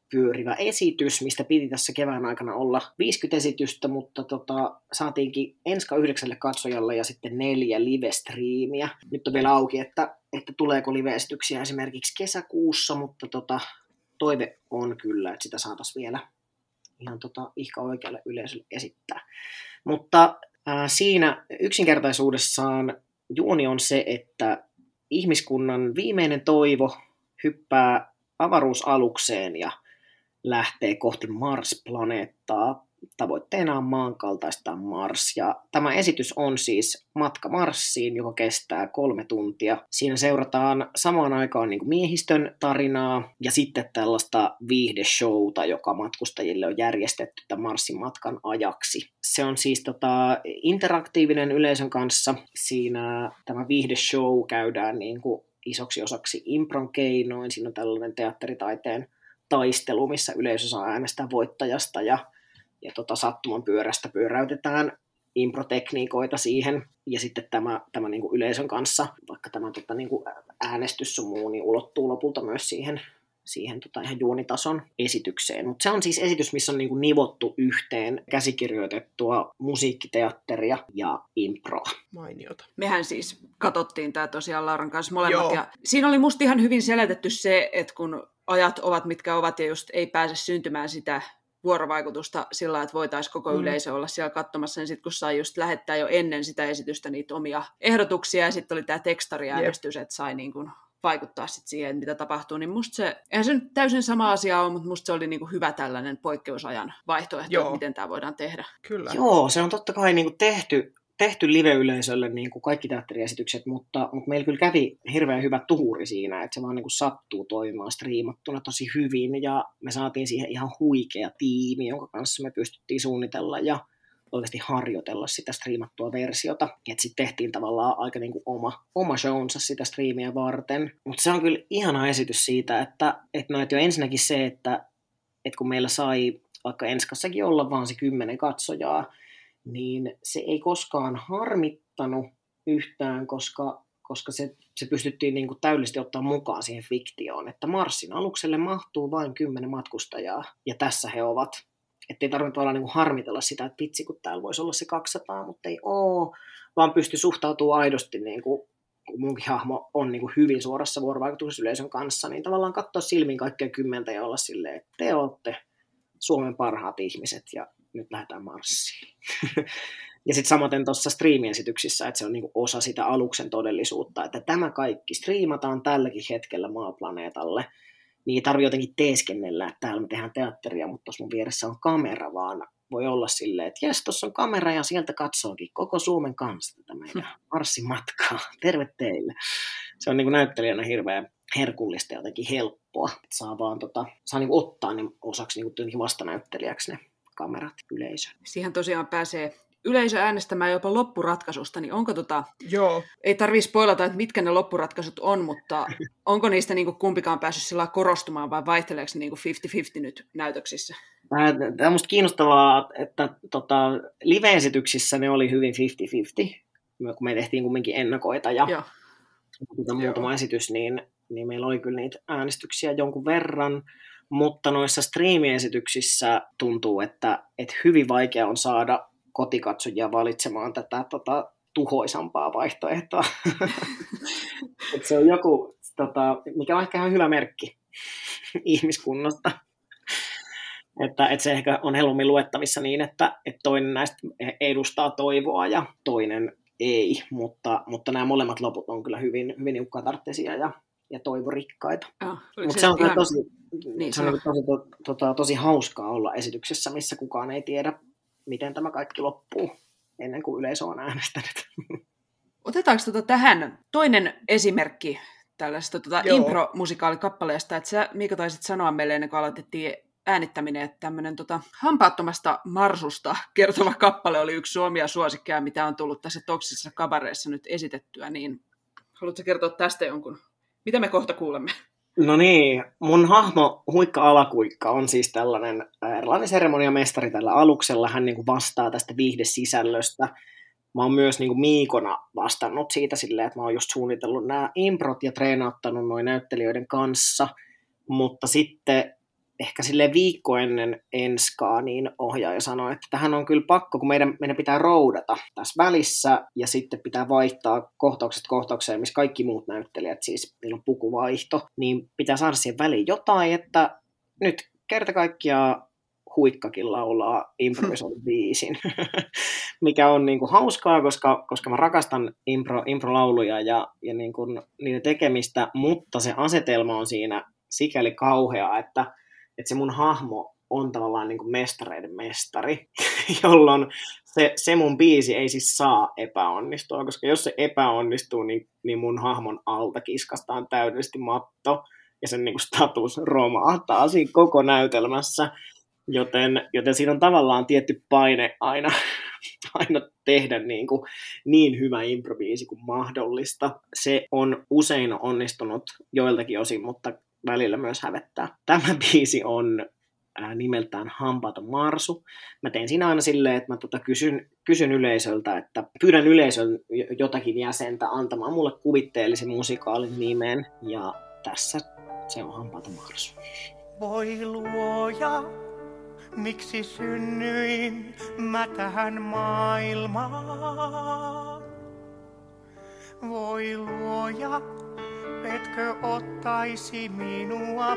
pyörivä esitys, mistä piti tässä kevään aikana olla viisikymmentä esitystä, mutta tota, saatiinkin enska yhdeksälle katsojalle ja sitten neljä live-striimiä. Nyt on vielä auki, että, että tuleeko live-esityksiä esimerkiksi kesäkuussa, mutta tota, toive on kyllä, että sitä saataisiin vielä ihan tota, ihka oikealle yleisölle esittää. Mutta ää, siinä yksinkertaisuudessaan juoni on se, että ihmiskunnan viimeinen toivo hyppää avaruusalukseen ja lähtee kohti Mars-planeettaa. Tavoitteena on maankaltaistaa Mars. Ja tämä esitys on siis Matka Marsiin, joka kestää kolme tuntia. Siinä seurataan samaan aikaan niin kuin miehistön tarinaa ja sitten tällaista viihdeshowta, joka matkustajille on järjestetty tämän Marsin matkan ajaksi. Se on siis tota, interaktiivinen yleisön kanssa. Siinä tämä viihdeshow käydään niin kuin isoksi osaksi impron keinoin. Siinä on tällainen teatteritaiteen taistelu, missä yleisö saa äänestää voittajasta ja, ja tota, sattuman pyörästä pyöräytetään improtekniikoita siihen. Ja sitten tämä, tämä niin kuin yleisön kanssa, vaikka tämä tota, niin kuin äänestys sun muu, niin ulottuu lopulta myös siihen, siihen tota, ihan juonitason esitykseen. Mutta se on siis esitys, missä on niin kuin nivottu yhteen käsikirjoitettua musiikkiteatteria ja improa. Mainiota. Mehän siis katsottiin tämä tosiaan Lauran kanssa molemmat. Joo. Ja siinä oli musta ihan hyvin selitetty se, että kun ajat ovat mitkä ovat ja just ei pääse syntymään sitä vuorovaikutusta sillä, että voitaisiin koko Mm. yleisö olla siellä katsomassa, niin sitten kun sai just lähettää jo ennen sitä esitystä niitä omia ehdotuksia ja sitten oli tämä tekstariäänestys, että sai niin kuin vaikuttaa sit siihen, mitä tapahtuu, niin musta se, eihän se nyt täysin sama asia ole, mutta musta se oli niin kuin hyvä tällainen poikkeusajan vaihtoehto, Joo. että miten tämä voidaan tehdä. Kyllä. Joo, se on totta kai niin kuin tehty, tehty live-yleisölle niin kuin kaikki teatteriesitykset, mutta, mutta meillä kyllä kävi hirveän hyvä tuuri siinä, että se vaan niin kuin sattuu toimimaan striimattuna tosi hyvin ja me saatiin siihen ihan huikea tiimi, jonka kanssa me pystyttiin suunnitella ja oikeasti harjoitella sitä striimattua versiota. Että sitten tehtiin tavallaan aika niin kuin oma, oma shownsa sitä striimiä varten. Mutta se on kyllä ihana esitys siitä, että, että no, että jo ensinnäkin se, että, että kun meillä sai vaikka Enskassakin olla vaan se kymmenen katsojaa, niin se ei koskaan harmittanut yhtään, koska, koska se, se pystyttiin niin kuin täydellisesti ottaa mukaan siihen fiktioon, että Marsin alukselle mahtuu vain kymmenen matkustajaa, ja tässä he ovat. Että ei tarvitse olla niin kuin harmitella sitä, että vitsi, kun täällä voisi olla se kaksisataa, mutta ei ole, vaan pystyi suhtautumaan aidosti, niin kuin, kun munkin hahmo on niin kuin hyvin suorassa vuorovaikutuksessa yleisön kanssa, niin tavallaan katsoa silmiin kaikkea kymmentä ja olla silleen, että te olette Suomen parhaat ihmiset, ja nyt lähdetään Marsiin. Ja sitten samaten tuossa striimiesityksissä, että se on niinku osa sitä aluksen todellisuutta, että tämä kaikki striimataan tälläkin hetkellä maaplaneetalle, niin ei tarvitse jotenkin teeskennellä, että täällä me tehdään teatteria, mutta tuossa mun vieressä on kamera, vaan voi olla silleen, että jes, tuossa on kamera ja sieltä katsookin koko Suomen kanssa tätä meidän Marsin matkaa. Terve teille. Se on niinku näyttelijänä hirveän herkullista ja jotenkin helppoa. Että saa vaan tota, saa niinku ottaa ne osaksi niinku vastanäyttelijäksi ne kamerat yleisöön. Siihen tosiaan pääsee yleisö äänestämään jopa loppuratkaisusta, niin onko tota, Joo. ei tarvitse spoilata, että mitkä ne loppuratkaisut on, mutta onko niistä niinku kumpikaan päässyt sillä korostumaan vai vaihteleeko ne niinku viisikymmentä viisikymmentä nyt näytöksissä? Tämä on musta kiinnostavaa, että tota, live-esityksissä ne oli hyvin viisikymmentä viisikymmentä, kun me tehtiin kumminkin ennakoita ja Joo. muutama esitys, niin, niin meillä oli kyllä niitä äänestyksiä jonkun verran, mutta noissa striimiesityksissä tuntuu, että, että hyvin vaikea on saada kotikatsojia valitsemaan tätä tota, tuhoisampaa vaihtoehtoa. Et se on joku, tota, mikä on ehkä ihan hyvä merkki ihmiskunnasta. Että, että se ehkä on helpommin luettavissa niin, että, että toinen näistä edustaa toivoa ja toinen ei, mutta, mutta nämä molemmat loput on kyllä hyvin, hyvin niukkatarttisia ja, ja toivorikkaita. Ah, mutta se on ihan... tosi, niin, se on tosi, to, to, to, tosi hauskaa olla esityksessä, missä kukaan ei tiedä, miten tämä kaikki loppuu ennen kuin yleisö on äänestänyt. Otetaanko tota tähän toinen esimerkki tällaista tota impro-musikaalikappaleesta, että sä, Miika, taisit sanoa meille ennen kuin aloitettiin äänittäminen, että tämmöinen tota, hampaattomasta marsusta kertova kappale oli yksi omia suosikkeja, mitä on tullut tässä Toksisessa kabareessa nyt esitettyä, niin haluatko kertoa tästä jonkun? Mitä me kohta kuulemme? No niin, mun hahmo Huikka Alakuikka on siis tällainen erilainen seremoniamestari tällä aluksella. Hän niin kuin vastaa tästä viihdesisällöstä. Mä oon myös niin kuin Miikona vastannut siitä silleen, että mä oon just suunnitellut nämä improt ja treenauttanut noin näyttelijöiden kanssa. Mutta sitten ehkä sille viikko ennen enskaa, niin ohjaaja sanoi, että tähän on kyllä pakko, kun meidän, meidän pitää roudata tässä välissä, ja sitten pitää vaihtaa kohtaukset kohtaukseen, missä kaikki muut näyttelijät, siis niillä on pukuvaihto, niin pitää saada siihen väliin jotain, että nyt kerta kaikkiaan Huikkakin laulaa improvisoidun biisin, mikä on niin kuin hauskaa, koska, koska mä rakastan impro, improlauluja ja, ja niin kuin niiden tekemistä, mutta se asetelma on siinä sikäli kauhea, että, että se mun hahmo on tavallaan niin kuin mestareiden mestari, jolloin se, se mun biisi ei siis saa epäonnistua, koska jos se epäonnistuu, niin, niin mun hahmon alta kiskastaan täydellisesti matto, ja sen niin kuin status romahtaa siinä koko näytelmässä. Joten, joten siinä on tavallaan tietty paine aina, aina tehdä niin, kuin niin hyvä improbiisi kuin mahdollista. Se on usein onnistunut joiltakin osin, mutta välillä myös hävettää. Tämä biisi on ää, nimeltään Hampaaton marsu. Mä teen siinä aina silleen, että mä tota kysyn, kysyn yleisöltä, että pyydän yleisön jotakin jäsentä antamaan mulle kuvitteellisen musikaalin nimen. Ja tässä se on Hampaaton marsu. Voi luoja. Miksi synnyin mä tähän maailmaan? Voi luoja, etkö ottaisi minua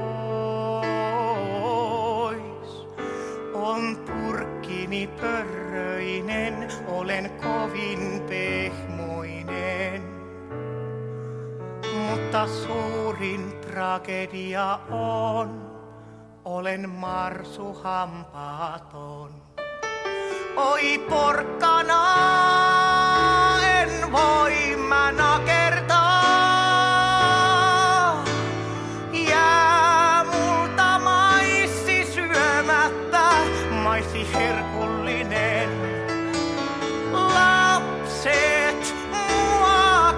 pois? On purkkini pörröinen, olen kovin pehmoinen. Mutta suurin tragedia on, olen marsu hampaaton. Oi porkkana, en voi mä nakertaa. Jää multa maissi syömättä, maissi herkullinen. Lapset mua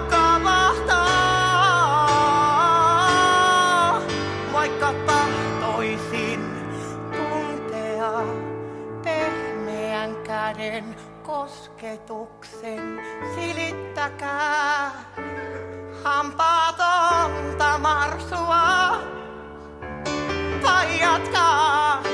kavahtaa, vaikka tahtoisin tuntea pehmeän käden kosketuksen. Silittäkää hampaatonta marsua, paijatkaa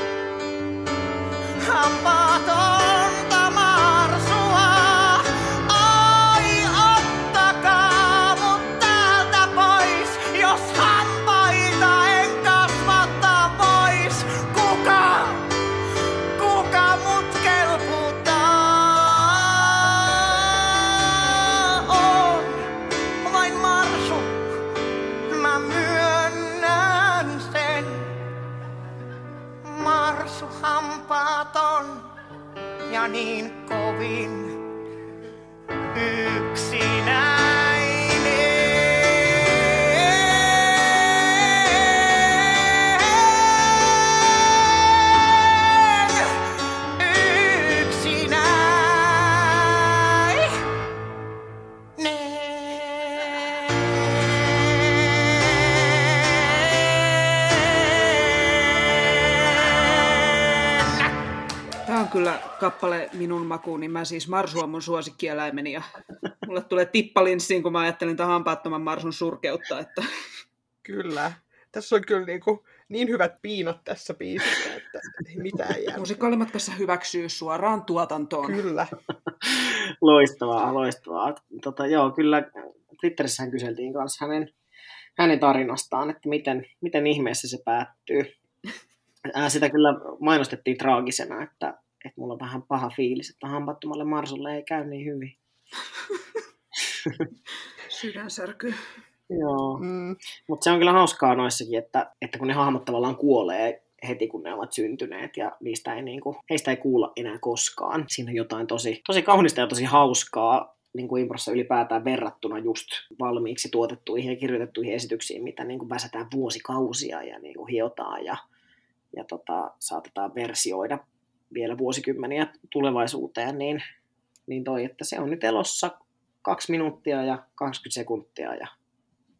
hampaatonta marsua. Ai ottakaa mut täältä pois, jos hampaita en kasvattaa pois. Kuka, kuka mut kelputtaa? On vain marsu, mä myönnän sen. Marsu hampaaton ja niin kovin Tämä on kyllä kappale minun makuun, niin mä siis Marsu on mun suosikkieläimeni ja mulle tulee tippalinssiin, kun mä ajattelin tämän hampaattoman Marsun surkeutta. Että... Kyllä. Tässä on kyllä niin, kuin niin hyvät piinat tässä biisissä, että ei mitään jää. Musikaalimatkassa hyväksyy suoraan tuotantoon. Kyllä. Loistavaa, loistavaa. Tota, joo, kyllä Twitterissähän kyseltiin kanssa hänen, hänen tarinastaan, että miten, miten ihmeessä se päättyy. Sitä kyllä mainostettiin traagisena, että, että mulla on vähän paha fiilis, että hampaattomalle Marsulle ei käy niin hyvin. Sydänsärky. Joo, Mm. mutta se on kyllä hauskaa noissakin, että, että kun ne hahmot tavallaan kuolee heti, kun ne ovat syntyneet ja niistä ei, niin kuin, heistä ei kuulla enää koskaan. Siinä on jotain tosi, tosi kaunista ja tosi hauskaa niin kuin improssa ylipäätään verrattuna just valmiiksi tuotettuihin ja kirjoitettuihin esityksiin, mitä niin kuin väsätään vuosikausia ja niin kuin hiotaan ja ja tota, saatetaan versioida vielä vuosikymmeniä tulevaisuuteen, niin, niin toi, että se on nyt elossa kaksi minuuttia ja kaksikymmentä sekuntia ja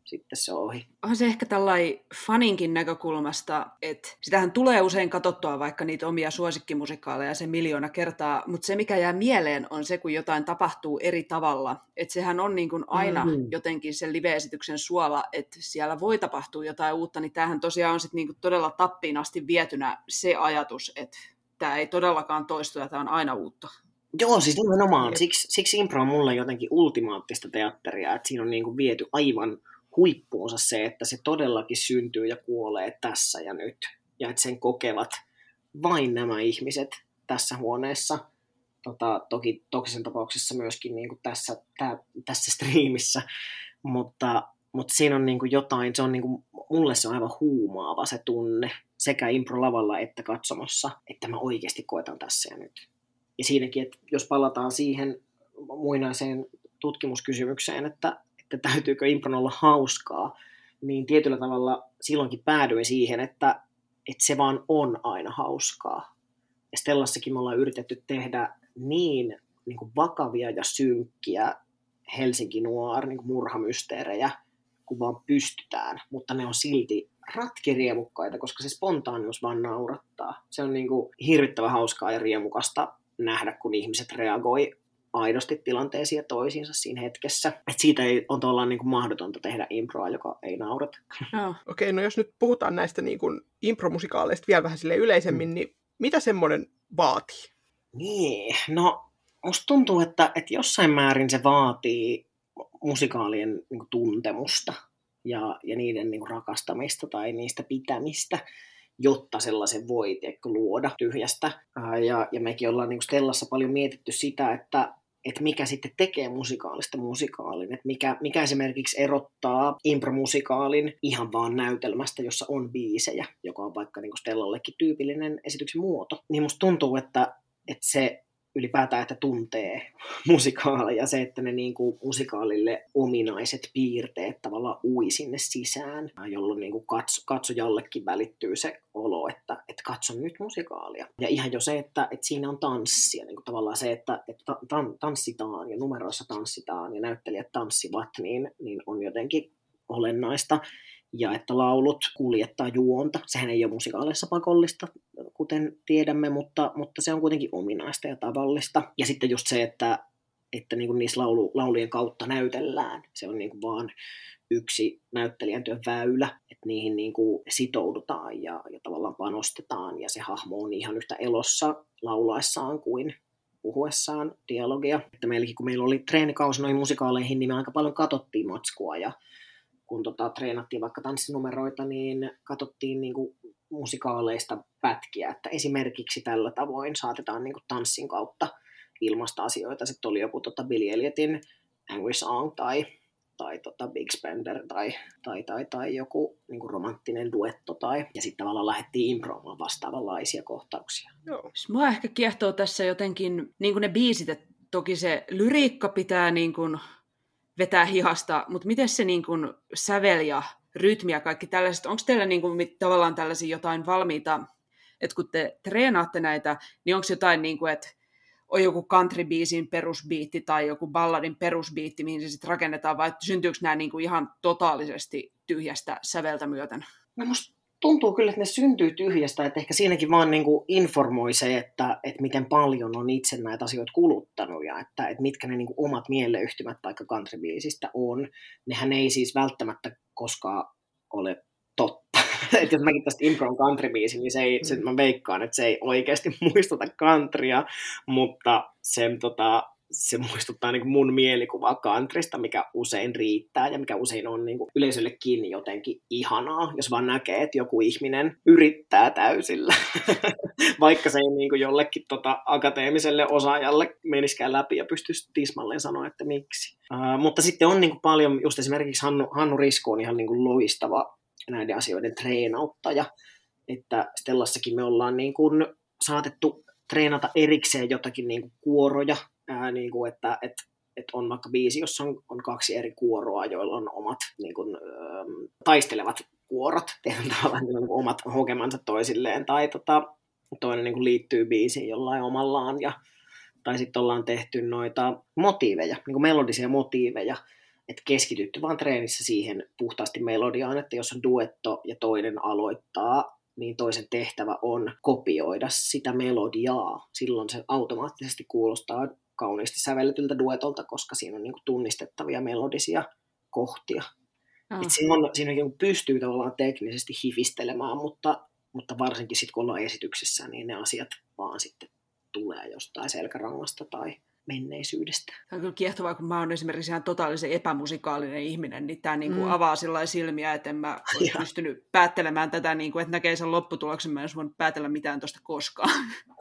sitten se on ohi. On se ehkä tällainen faninkin näkökulmasta, että sitähän tulee usein katsottua vaikka niitä omia suosikkimusikaaleja se miljoona kertaa, mutta se mikä jää mieleen on se, kun jotain tapahtuu eri tavalla. Että sehän on niin kuin aina mm-hmm. jotenkin sen live-esityksen suola, että siellä voi tapahtua jotain uutta, niin tämähän tosiaan on sitten niin kuin todella tappiin asti vietynä se ajatus, että tämä ei todellakaan toistu ja tämä on aina uutta. Joo, siis nimenomaan. Siksi, siksi impro on mulle jotenkin ultimaattista teatteria, että siinä on niin kuin viety aivan huippuunsa se, että se todellakin syntyy ja kuolee tässä ja nyt. Ja että sen kokevat vain nämä ihmiset tässä huoneessa. Tota, toki Tokisen tapauksessa myöskin niin kuin tässä, tää, tässä striimissä. Mutta, mutta siinä on niin kuin jotain, se on niin kuin, mulle se on aivan huumaava se tunne sekä impro-lavalla että katsomossa, että mä oikeasti koetan tässä ja nyt. Ja siinäkin, että jos palataan siihen muinaiseen tutkimuskysymykseen, että, että täytyykö impron olla hauskaa, niin tietyllä tavalla silloinkin päädyin siihen, että, että se vaan on aina hauskaa. Ja Stellassakin me ollaan yritetty tehdä niin, niin kuin vakavia ja synkkiä Helsinki Noir niin kuin murhamysteerejä, kun vaan pystytään, mutta ne on silti ratkiriemukkaita, koska se spontaanius vaan naurattaa. Se on niin kuin hirvittävän hauskaa ja riemukasta nähdä, kun ihmiset reagoi aidosti tilanteisiin ja toisiinsa siinä hetkessä. Et siitä ei on tavallaan niin kuin mahdotonta tehdä improa, joka ei naurata. No. Okei, okay, no jos nyt puhutaan näistä niin kuin impromusikaaleista vielä vähän sille yleisemmin, mm. niin mitä semmoinen vaatii? Niin, no musta tuntuu, että, että jossain määrin se vaatii musikaalien niin kuin tuntemusta ja, ja niiden niin kuin rakastamista tai niistä pitämistä, jotta sellaisen voi tiedätkö, luoda tyhjästä. Ja, ja mekin ollaan niin kuin Stellassa paljon mietitty sitä, että, että mikä sitten tekee musikaalista musikaalin. Että mikä, mikä esimerkiksi erottaa impromusikaalin ihan vaan näytelmästä, jossa on biisejä, joka on vaikka niin kuin Stellallekin tyypillinen esityksen muoto. Niin musta tuntuu, että, että se ylipäätään, että tuntee musikaaleja, se, että ne niin kuin musikaalille ominaiset piirteet tavallaan ui sinne sisään, jolloin niin kuin katso, katsojallekin välittyy se olo, että, että katso nyt musikaalia. Ja ihan jo se, että, että siinä on tanssia, niin kuin tavallaan se, että, että tan, tanssitaan ja numeroissa tanssitaan ja näyttelijät tanssivat, niin, niin on jotenkin olennaista. Ja että laulut kuljettaa juonta. Sehän ei ole musikaaleissa pakollista, kuten tiedämme, mutta, mutta se on kuitenkin ominaista ja tavallista. Ja sitten just se, että, että niin kuin niissä laulu, laulujen kautta näytellään. Se on niin kuin vaan yksi näyttelijän työn väylä, että niihin niin kuin sitoudutaan ja, ja tavallaan panostetaan. Ja se hahmo on ihan yhtä elossa laulaessaan kuin puhuessaan dialogia. Että meilläkin, kun meillä oli treenikausi noihin musikaaleihin, niin me aika paljon katsottiin matskua ja kun tota, treenattiin vaikka tanssinumeroita, niin katsottiin niin kuin musikaaleista pätkiä, että esimerkiksi tällä tavoin saatetaan niin kuin tanssin kautta ilmaista asioita. Sitten oli joku tota Billy Elliotin Angry Song tai, tai tota Big Spender tai, tai, tai, tai joku niin kuin romanttinen duetto. Tai, ja sitten tavallaan lähdettiin improamaan vastaavanlaisia kohtauksia. Joo. Mua ehkä kiehtoo tässä jotenkin niin kuin ne biisit, että toki se lyriikka pitää niin kuin vetää hihasta, mutta miten se niin kuin sävel ja rytmi ja kaikki tällaiset, onko teillä niin kuin tavallaan tällaisia jotain valmiita, että kun te treenaatte näitä, niin onko jotain, niin kuin, että on joku country-biisin perusbiitti tai joku balladin perusbiitti, mihin se sitten rakennetaan, vai syntyykö nämä niin kuin ihan totaalisesti tyhjästä säveltä myöten? No musta tuntuu kyllä, että ne syntyy tyhjästä, että ehkä siinäkin vaan niin kuin informoi se, että, että miten paljon on itse näitä asioita kuluttanut ja että, että mitkä ne niin kuin omat mieleyhtymät vaikka countrybiisistä on. Nehän ei siis välttämättä koskaan ole totta. Että jos mäkin tästä impro on countrybiisi, niin se ei, se, mä veikkaan, että se ei oikeasti muistuta countrya, mutta sen tota, se muistuttaa niin kuin mun mielikuvaa countrysta, mikä usein riittää ja mikä usein on niin kuin yleisöllekin jotenkin ihanaa, jos vaan näkee, että joku ihminen yrittää täysillä, vaikka se ei niin kuin jollekin tota, akateemiselle osaajalle meniskään läpi ja pystyisi tismalleen sanoa, että miksi. Uh, mutta sitten on niin kuin paljon, just esimerkiksi Hannu, Hannu Risko on ihan niin kuin loistava näiden asioiden treenauttaja, että Stellassakin me ollaan niin kuin saatettu treenata erikseen jotakin niin kuin kuoroja, Ää, niin kuin, että et, et on vaikka biisi, jossa on, on kaksi eri kuoroa, joilla on omat niin kuin, ö, taistelevat kuorot, tavallaan niin kuin omat hokemansa toisilleen, tai tota, toinen niin kuin liittyy biisiin jollain omallaan, ja, tai sitten ollaan tehty noita motiiveja, niin kuin melodisia motiiveja, että keskitytty vaan treenissä siihen puhtaasti melodiaan, että jos on duetto ja toinen aloittaa, niin toisen tehtävä on kopioida sitä melodiaa. Silloin se automaattisesti kuulostaa kauniisti sävelletyltä duetolta, koska siinä on niin kuin tunnistettavia melodisia kohtia. Oh. Et siinä, on, siinä on, pystyy tavallaan teknisesti hifistelemään, mutta, mutta varsinkin sitten kun ollaan esityksessä, niin ne asiat vaan sitten tulee jostain selkärangasta tai menneisyydestä. Tämä on kyllä kiehtovaa, kun mä oon esimerkiksi ihan totaalisen epämusikaalinen ihminen, niin tämä niinku Mm. avaa sillä silmiä, että en mä olisi Joo. pystynyt päättelemään tätä, niinku, että näkee sen lopputuloksen, mä en olisi voinut päätellä mitään tuosta koskaan.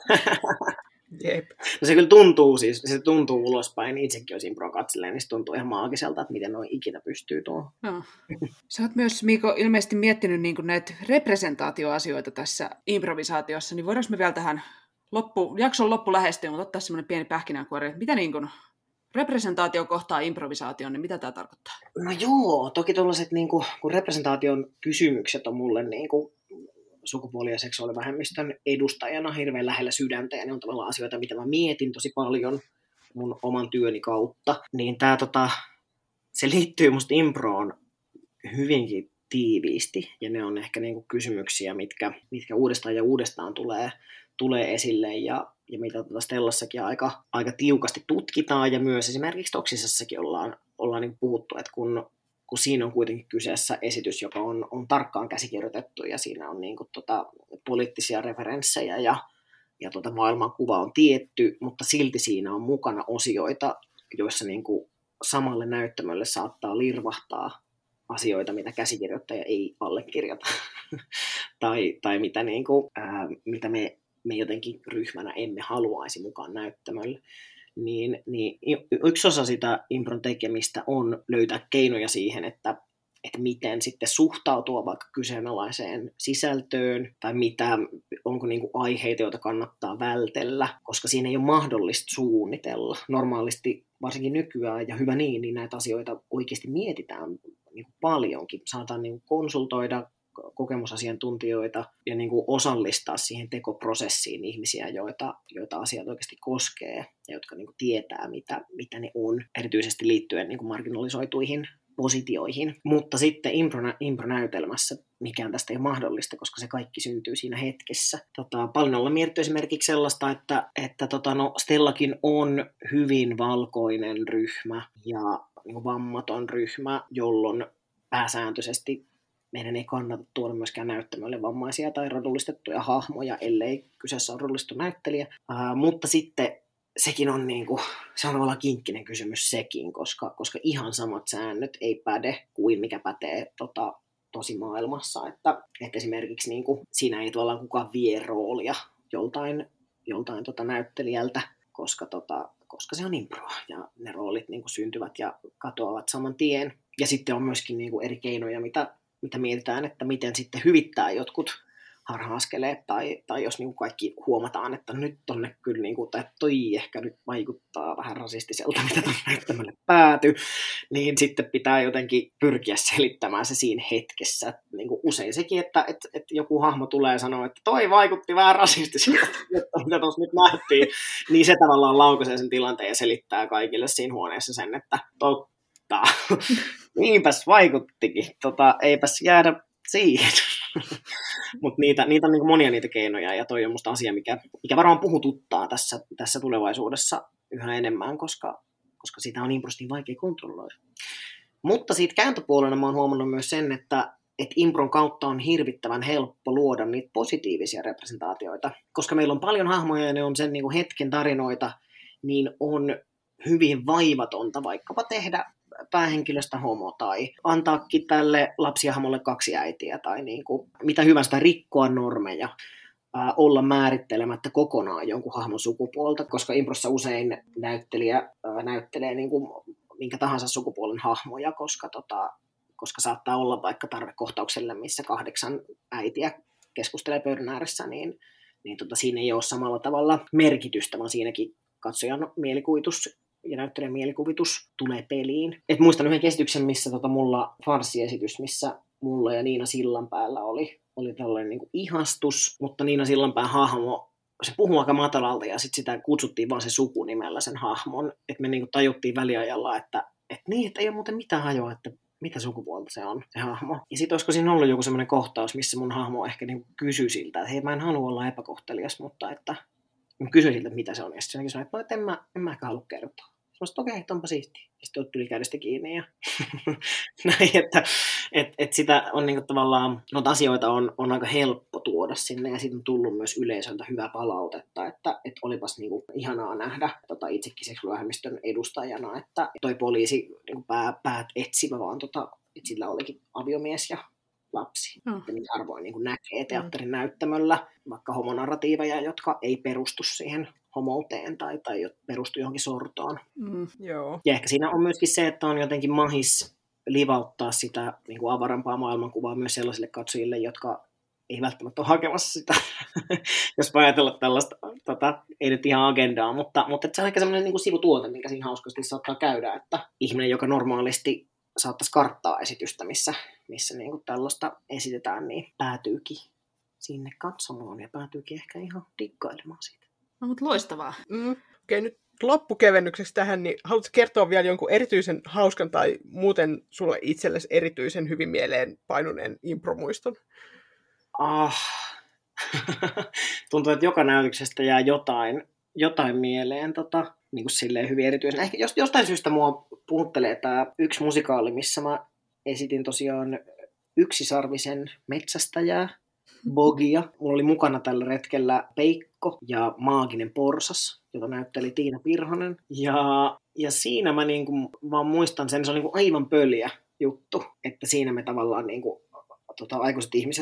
Jep. No se kyllä tuntuu siis, se tuntuu ulospäin, itsekin jos impro katselee, niin se tuntuu ihan maagiselta, että miten noin ikinä pystyy tuohon. No. Sä oot myös, Miiko, ilmeisesti miettinyt niinku näitä representaatioasioita tässä improvisaatiossa, niin voidaanko me vielä tähän loppu, jakson loppu lähestyä, mutta ottaa semmoinen pieni pähkinänkuori, että mitä niin kuin representaatio kohtaa improvisaation, niin mitä tämä tarkoittaa? No joo, toki tuollaiset, niin kuin, kun representaation kysymykset on mulle niin kuin, sukupuoli- ja seksuaalivähemmistön edustajana hirveän lähellä sydäntä, ja ne on tavallaan asioita, mitä mä mietin tosi paljon mun oman työni kautta, niin tää, tota, se liittyy musta improon hyvinkin tiiviisti, ja ne on ehkä niin kuin kysymyksiä, mitkä, mitkä uudestaan ja uudestaan tulee, tulee esille, ja, ja mitä tota Stellassakin aika, aika tiukasti tutkitaan, ja myös esimerkiksi Toksisessakin ollaan, ollaan niin puhuttu, että kun, kun siinä on kuitenkin kyseessä esitys, joka on, on tarkkaan käsikirjoitettu, ja siinä on niin kuin tota poliittisia referenssejä, ja, ja tota maailmankuva on tietty, mutta silti siinä on mukana osioita, joissa niin kuin samalle näyttämölle saattaa lirvahtaa asioita, mitä käsikirjoittaja ei allekirjoita, tai, tai mitä, niin kuin, ää, mitä me, me jotenkin ryhmänä emme haluaisi mukaan näyttämölle. Niin, niin yksi osa sitä impron tekemistä on löytää keinoja siihen, että, että miten sitten suhtautua vaikka kyseenalaiseen sisältöön, tai mitä, onko niin kuin aiheita, joita kannattaa vältellä, koska siinä ei ole mahdollista suunnitella. Normaalisti, varsinkin nykyään, ja hyvä niin, niin näitä asioita oikeasti mietitään niin kuin paljonkin. Saataan niin kuin konsultoida kokemusasiantuntijoita ja niin kuin osallistaa siihen tekoprosessiin ihmisiä, joita, joita asiat oikeasti koskee ja jotka niin kuin tietää, mitä, mitä ne on, erityisesti liittyen niin kuin marginalisoituihin positioihin. Mutta sitten impro, impronäytelmässä mikään tästä ei ole mahdollista, koska se kaikki syntyy siinä hetkessä. Tota, paljon ollaan mietitty esimerkiksi sellaista, että, että tota, no, Stellakin on hyvin valkoinen ryhmä ja niin kuin vammaton ryhmä, jolloin pääsääntöisesti meidän ei kannata tuoda myöskään näyttämölle vammaisia tai rodullistettuja hahmoja, ellei kyseessä on rodullistettu näyttelijä. Ää, mutta sitten sekin on, niin kuin, se on tavallaan kinkkinen kysymys sekin, koska, koska ihan samat säännöt ei päde kuin mikä pätee tota, tosi maailmassa. Että, että esimerkiksi niin kuin, siinä ei tavallaan kukaan vie roolia joltain, joltain tota, näyttelijältä, koska, tota, koska se on improa ja ne roolit niin kuin, syntyvät ja katoavat saman tien. Ja sitten on myöskin niin kuin, eri keinoja, mitä mitä mietitään, että miten sitten hyvittää jotkut harha-askeleet, tai, tai jos niin kuin kaikki huomataan, että nyt tonne kyllä, niin kuin, tai toi ehkä nyt vaikuttaa vähän rasistiselta, mitä tonne näyttämälle pääty, niin sitten pitää jotenkin pyrkiä selittämään se siinä hetkessä. Niin kuin usein sekin, että, että, että joku hahmo tulee ja sanoo, että toi vaikutti vähän rasistiselta, mitä tuossa nyt nähtiin, niin se tavallaan laukaisee sen tilanteen ja selittää kaikille siinä huoneessa sen, että totta. Niinpäs vaikuttikin. Tota, eipäs jäädä siihen. Mutta niitä, niitä on niin monia niitä keinoja, ja toi on musta asia, mikä, mikä varmaan puhututtaa tässä, tässä tulevaisuudessa yhä enemmän, koska, koska sitä on improsti niin vaikea kontrolloida. Mutta siitä kääntöpuolena mä oon huomannut myös sen, että et impron kautta on hirvittävän helppo luoda niitä positiivisia representaatioita, koska meillä on paljon hahmoja ja ne on sen niin kuin hetken tarinoita, niin on hyvin vaivatonta vaikkapa tehdä päähenkilöstä homo tai antaakin tälle lapsihahmolle kaksi äitiä tai niin kuin mitä hyvästä, rikkoa normeja, ää, olla määrittelemättä kokonaan jonkun hahmon sukupuolta, koska improssa usein näyttelijä ää, näyttelee niin kuin minkä tahansa sukupuolen hahmoja, koska, tota, koska saattaa olla vaikka tarvekohtaukselle, missä kahdeksan äitiä keskustelee pöydän ääressä, niin, niin tota, siinä ei ole samalla tavalla merkitystä, vaan siinäkin katsojan mielikuvitus ja näyttelijän mielikuvitus tulee peliin. Et muistan yhden esityksen, missä tota mulla farssiesitys, missä mulla ja Niina Sillanpäällä oli, oli tällainen niin kuin ihastus, mutta Niina Sillanpään hahmo, se puhuu aika matalalta ja sitten sitä kutsuttiin vaan se sukunimellä sen hahmon. Että me niin kuin tajuttiin väliajalla, että, että niin, että ei ole muuten mitään hajoa, että mitä sukupuolta se on, se hahmo. Ja sitten olisiko siinä ollut joku semmoinen kohtaus, missä mun hahmo ehkä niin kysyi siltä, että hei, mä en halua olla epäkohtelias, mutta että mä kysyin siltä, että mitä se on. Ja sitten se sanoi, että en mä, en mä ehkä halua kertoa. Sanoin, että okei, okay, onpa siistiä. Ja sitten tuli kädestä kiinni. Ja näin, että et, et sitä on niinku tavallaan, noita asioita on, on aika helppo tuoda sinne. Ja siitä on tullut myös yleisöltä hyvää palautetta, että et olipas niinku ihanaa nähdä tota itsekin seksuaalivähemmistön edustajana, että toi poliisi niinku pää, päät etsivä, vaan tota, että sillä olikin aviomies ja lapsi. Mm. Että niin harvoin niin näkee teatterin näyttämöllä vaikka homonarratiiveja, jotka ei perustu siihen homouteen tai, tai perustu johonkin sortoon. Mm. Joo. Ja ehkä siinä on myöskin se, että on jotenkin mahis livauttaa sitä niin kuin avarampaa maailmankuvaa myös sellaisille katsojille, jotka ei välttämättä ole hakemassa sitä, jos ajatella tällaista, tota, ei nyt ihan agendaa, mutta, mutta se on ehkä sellainen niin kuin sivutuote, minkä siinä hauskasti saattaa käydä, että ihminen, joka normaalisti saattaisi karttaa esitystä, missä, missä niin kuin tällaista esitetään, niin päätyykin sinne katsomaan ja päätyykin ehkä ihan dikkailemaan siitä. No, mutta loistavaa. Mm. Okei, okay, nyt loppukevennykseksi tähän, niin haluatko kertoa vielä jonkun erityisen hauskan tai muuten sulle itsellesi erityisen hyvin mieleen painuneen impromuiston? Ah. Tuntuu, että joka näytöksestä jää jotain, jotain mieleen tota, niin kuin silleen hyvin erityisen. Ehkä jostain syystä mua puhuttelee tämä yksi musikaali, missä mä esitin tosiaan yksisarvisen metsästäjää, Bogia. Mulla oli mukana tällä retkellä Peikko ja Maaginen porsas, jota näytteli Tiina Pirhonen. Ja, ja siinä mä niinku vaan muistan sen, se on niinku aivan pöliä juttu, että siinä me tavallaan niinku, tota, aikuiset ihmiset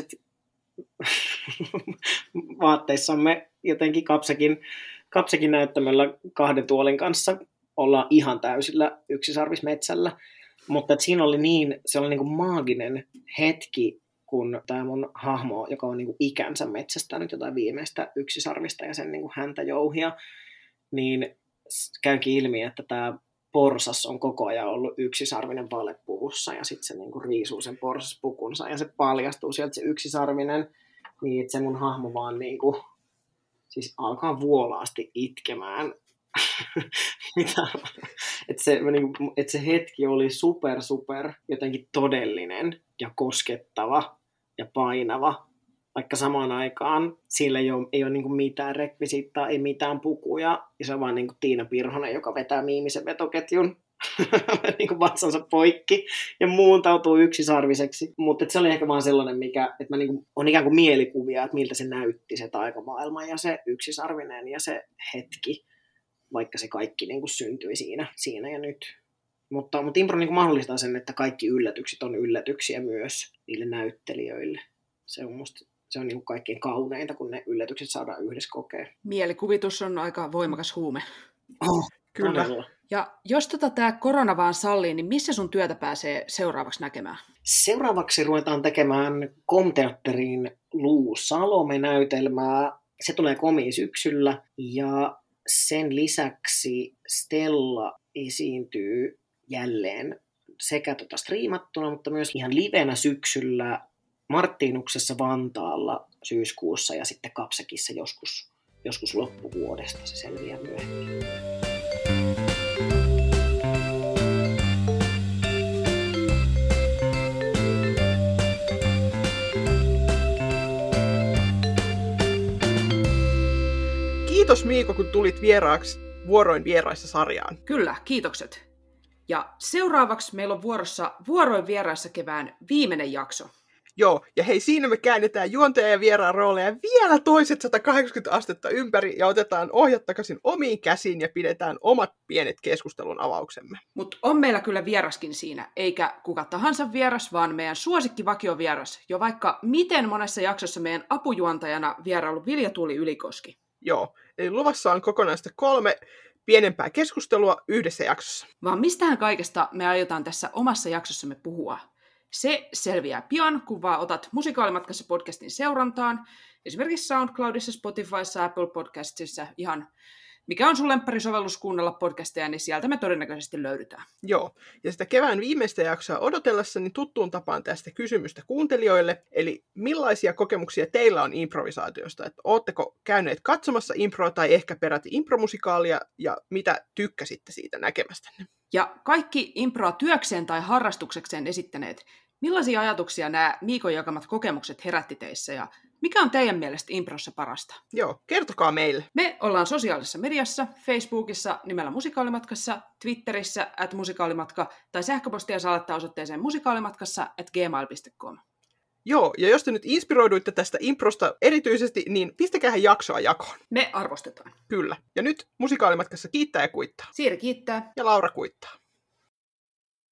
vaatteissamme jotenkin kapsakin, kapsakin näyttämällä kahden tuolin kanssa ollaan ihan täysillä yksisarvismetsällä. Mutta siinä oli niin, se oli niinku maaginen hetki, kun tämä mun hahmo, joka on niinku ikänsä metsästänyt jotain viimeistä yksisarvista ja sen niinku häntä jouhia, niin käykin ilmi, että tämä porsas on koko ajan ollut yksisarvinen valepuvussa ja sitten se niinku riisuu sen porsaspukunsa ja se paljastuu sieltä se yksisarvinen, niin että se mun hahmo vaan niinku, siis alkaa vuolaasti itkemään. Mitä? Että se, niinku, et se hetki oli super super jotenkin todellinen ja koskettava ja painava, vaikka samaan aikaan sillä ei ole, ei ole niinku mitään rekvisiittaa, ei mitään pukuja, ja se on vaan niinku Tiina Pirhonen, joka vetää miimisen vetoketjun niinku vatsansa poikki ja muuntautuu yksisarviseksi. Mutta se oli ehkä vaan sellainen, mikä, että mä niinku, on ikään kuin mielikuvia, että miltä se näytti se taikamaailma ja se yksisarvinen ja se hetki, vaikka se kaikki niinku syntyi siinä, siinä ja nyt. Mutta, mutta impro niin mahdollistaa sen, että kaikki yllätykset on yllätyksiä myös niille näyttelijöille. Se on musta se on niin kaikkein kauneinta, kun ne yllätykset saadaan yhdessä kokea. Mielikuvitus on aika voimakas huume. Oh, Kyllä. Todella. Ja jos tota tämä korona vaan sallii, niin missä sun työtä pääsee seuraavaksi näkemään? Seuraavaksi ruvetaan tekemään Komteatteriin Luu Salome-näytelmää. Se tulee komiin syksyllä ja sen lisäksi Stella esiintyy jälleen sekä tota striimattuna, mutta myös ihan livenä syksyllä Marttiinuksessa Vantaalla syyskuussa ja sitten Kapsekissa joskus, joskus loppuvuodesta. Se selviää myöhemmin. Kiitos Miiko, kun tulit vieraaksi Vuoroin vieraissa sarjaan. Kyllä, kiitokset. Ja seuraavaksi meillä on vuorossa Vuoroin vieraissa kevään viimeinen jakso. Joo, ja hei, siinä me käännetään juontaja- ja vieraan rooleja vielä toiset sata kahdeksankymmentä astetta ympäri ja otetaan ohjat takaisin omiin käsiin ja pidetään omat pienet keskustelun avauksemme. Mutta on meillä kyllä vieraskin siinä, eikä kuka tahansa vieras, vaan meidän suosikkivakio-vieras, jo vaikka miten monessa jaksossa meidän apujuontajana vierailu Vilja Tuuli Ylikoski. Joo, eli luvassa on kokonaista kolme pienempää keskustelua yhdessä jaksossa. Vaan mistähän kaikesta me aiotaan tässä omassa jaksossamme puhua? Se selviää pian, kun vaan otat Musikaalimatkassa podcastin seurantaan, esimerkiksi SoundCloudissa, Spotifyssa, Apple Podcastissa, ihan mikä on sun lempparisovellus kuunnella podcasteja, niin sieltä me todennäköisesti löydetään. Joo, ja sitä kevään viimeistä jaksoa odotellessa, niin tuttuun tapaan tästä kysymystä kuuntelijoille, eli millaisia kokemuksia teillä on improvisaatiosta, että ootteko käyneet katsomassa improa tai ehkä peräti impromusikaalia, ja mitä tykkäsitte siitä näkemästänne? Ja kaikki improa työkseen tai harrastuksekseen esittäneet, millaisia ajatuksia nämä Miikon jakamat kokemukset herätti teissä, ja mikä on teidän mielestä improssa parasta? Joo, kertokaa meille. Me ollaan sosiaalisessa mediassa, Facebookissa nimellä Musikaalimatkassa, Twitterissä at musikaalimatka, tai sähköpostia saa laittaa osoitteeseen musikaalimatkassa at gmail piste com. Joo, ja jos te nyt inspiroiduitte tästä improsta erityisesti, niin pistäkäähän jaksoa jakoon. Me arvostetaan. Kyllä. Ja nyt Musikaalimatkassa kiittää ja kuittaa. Siiri kiittää. Ja Laura kuittaa.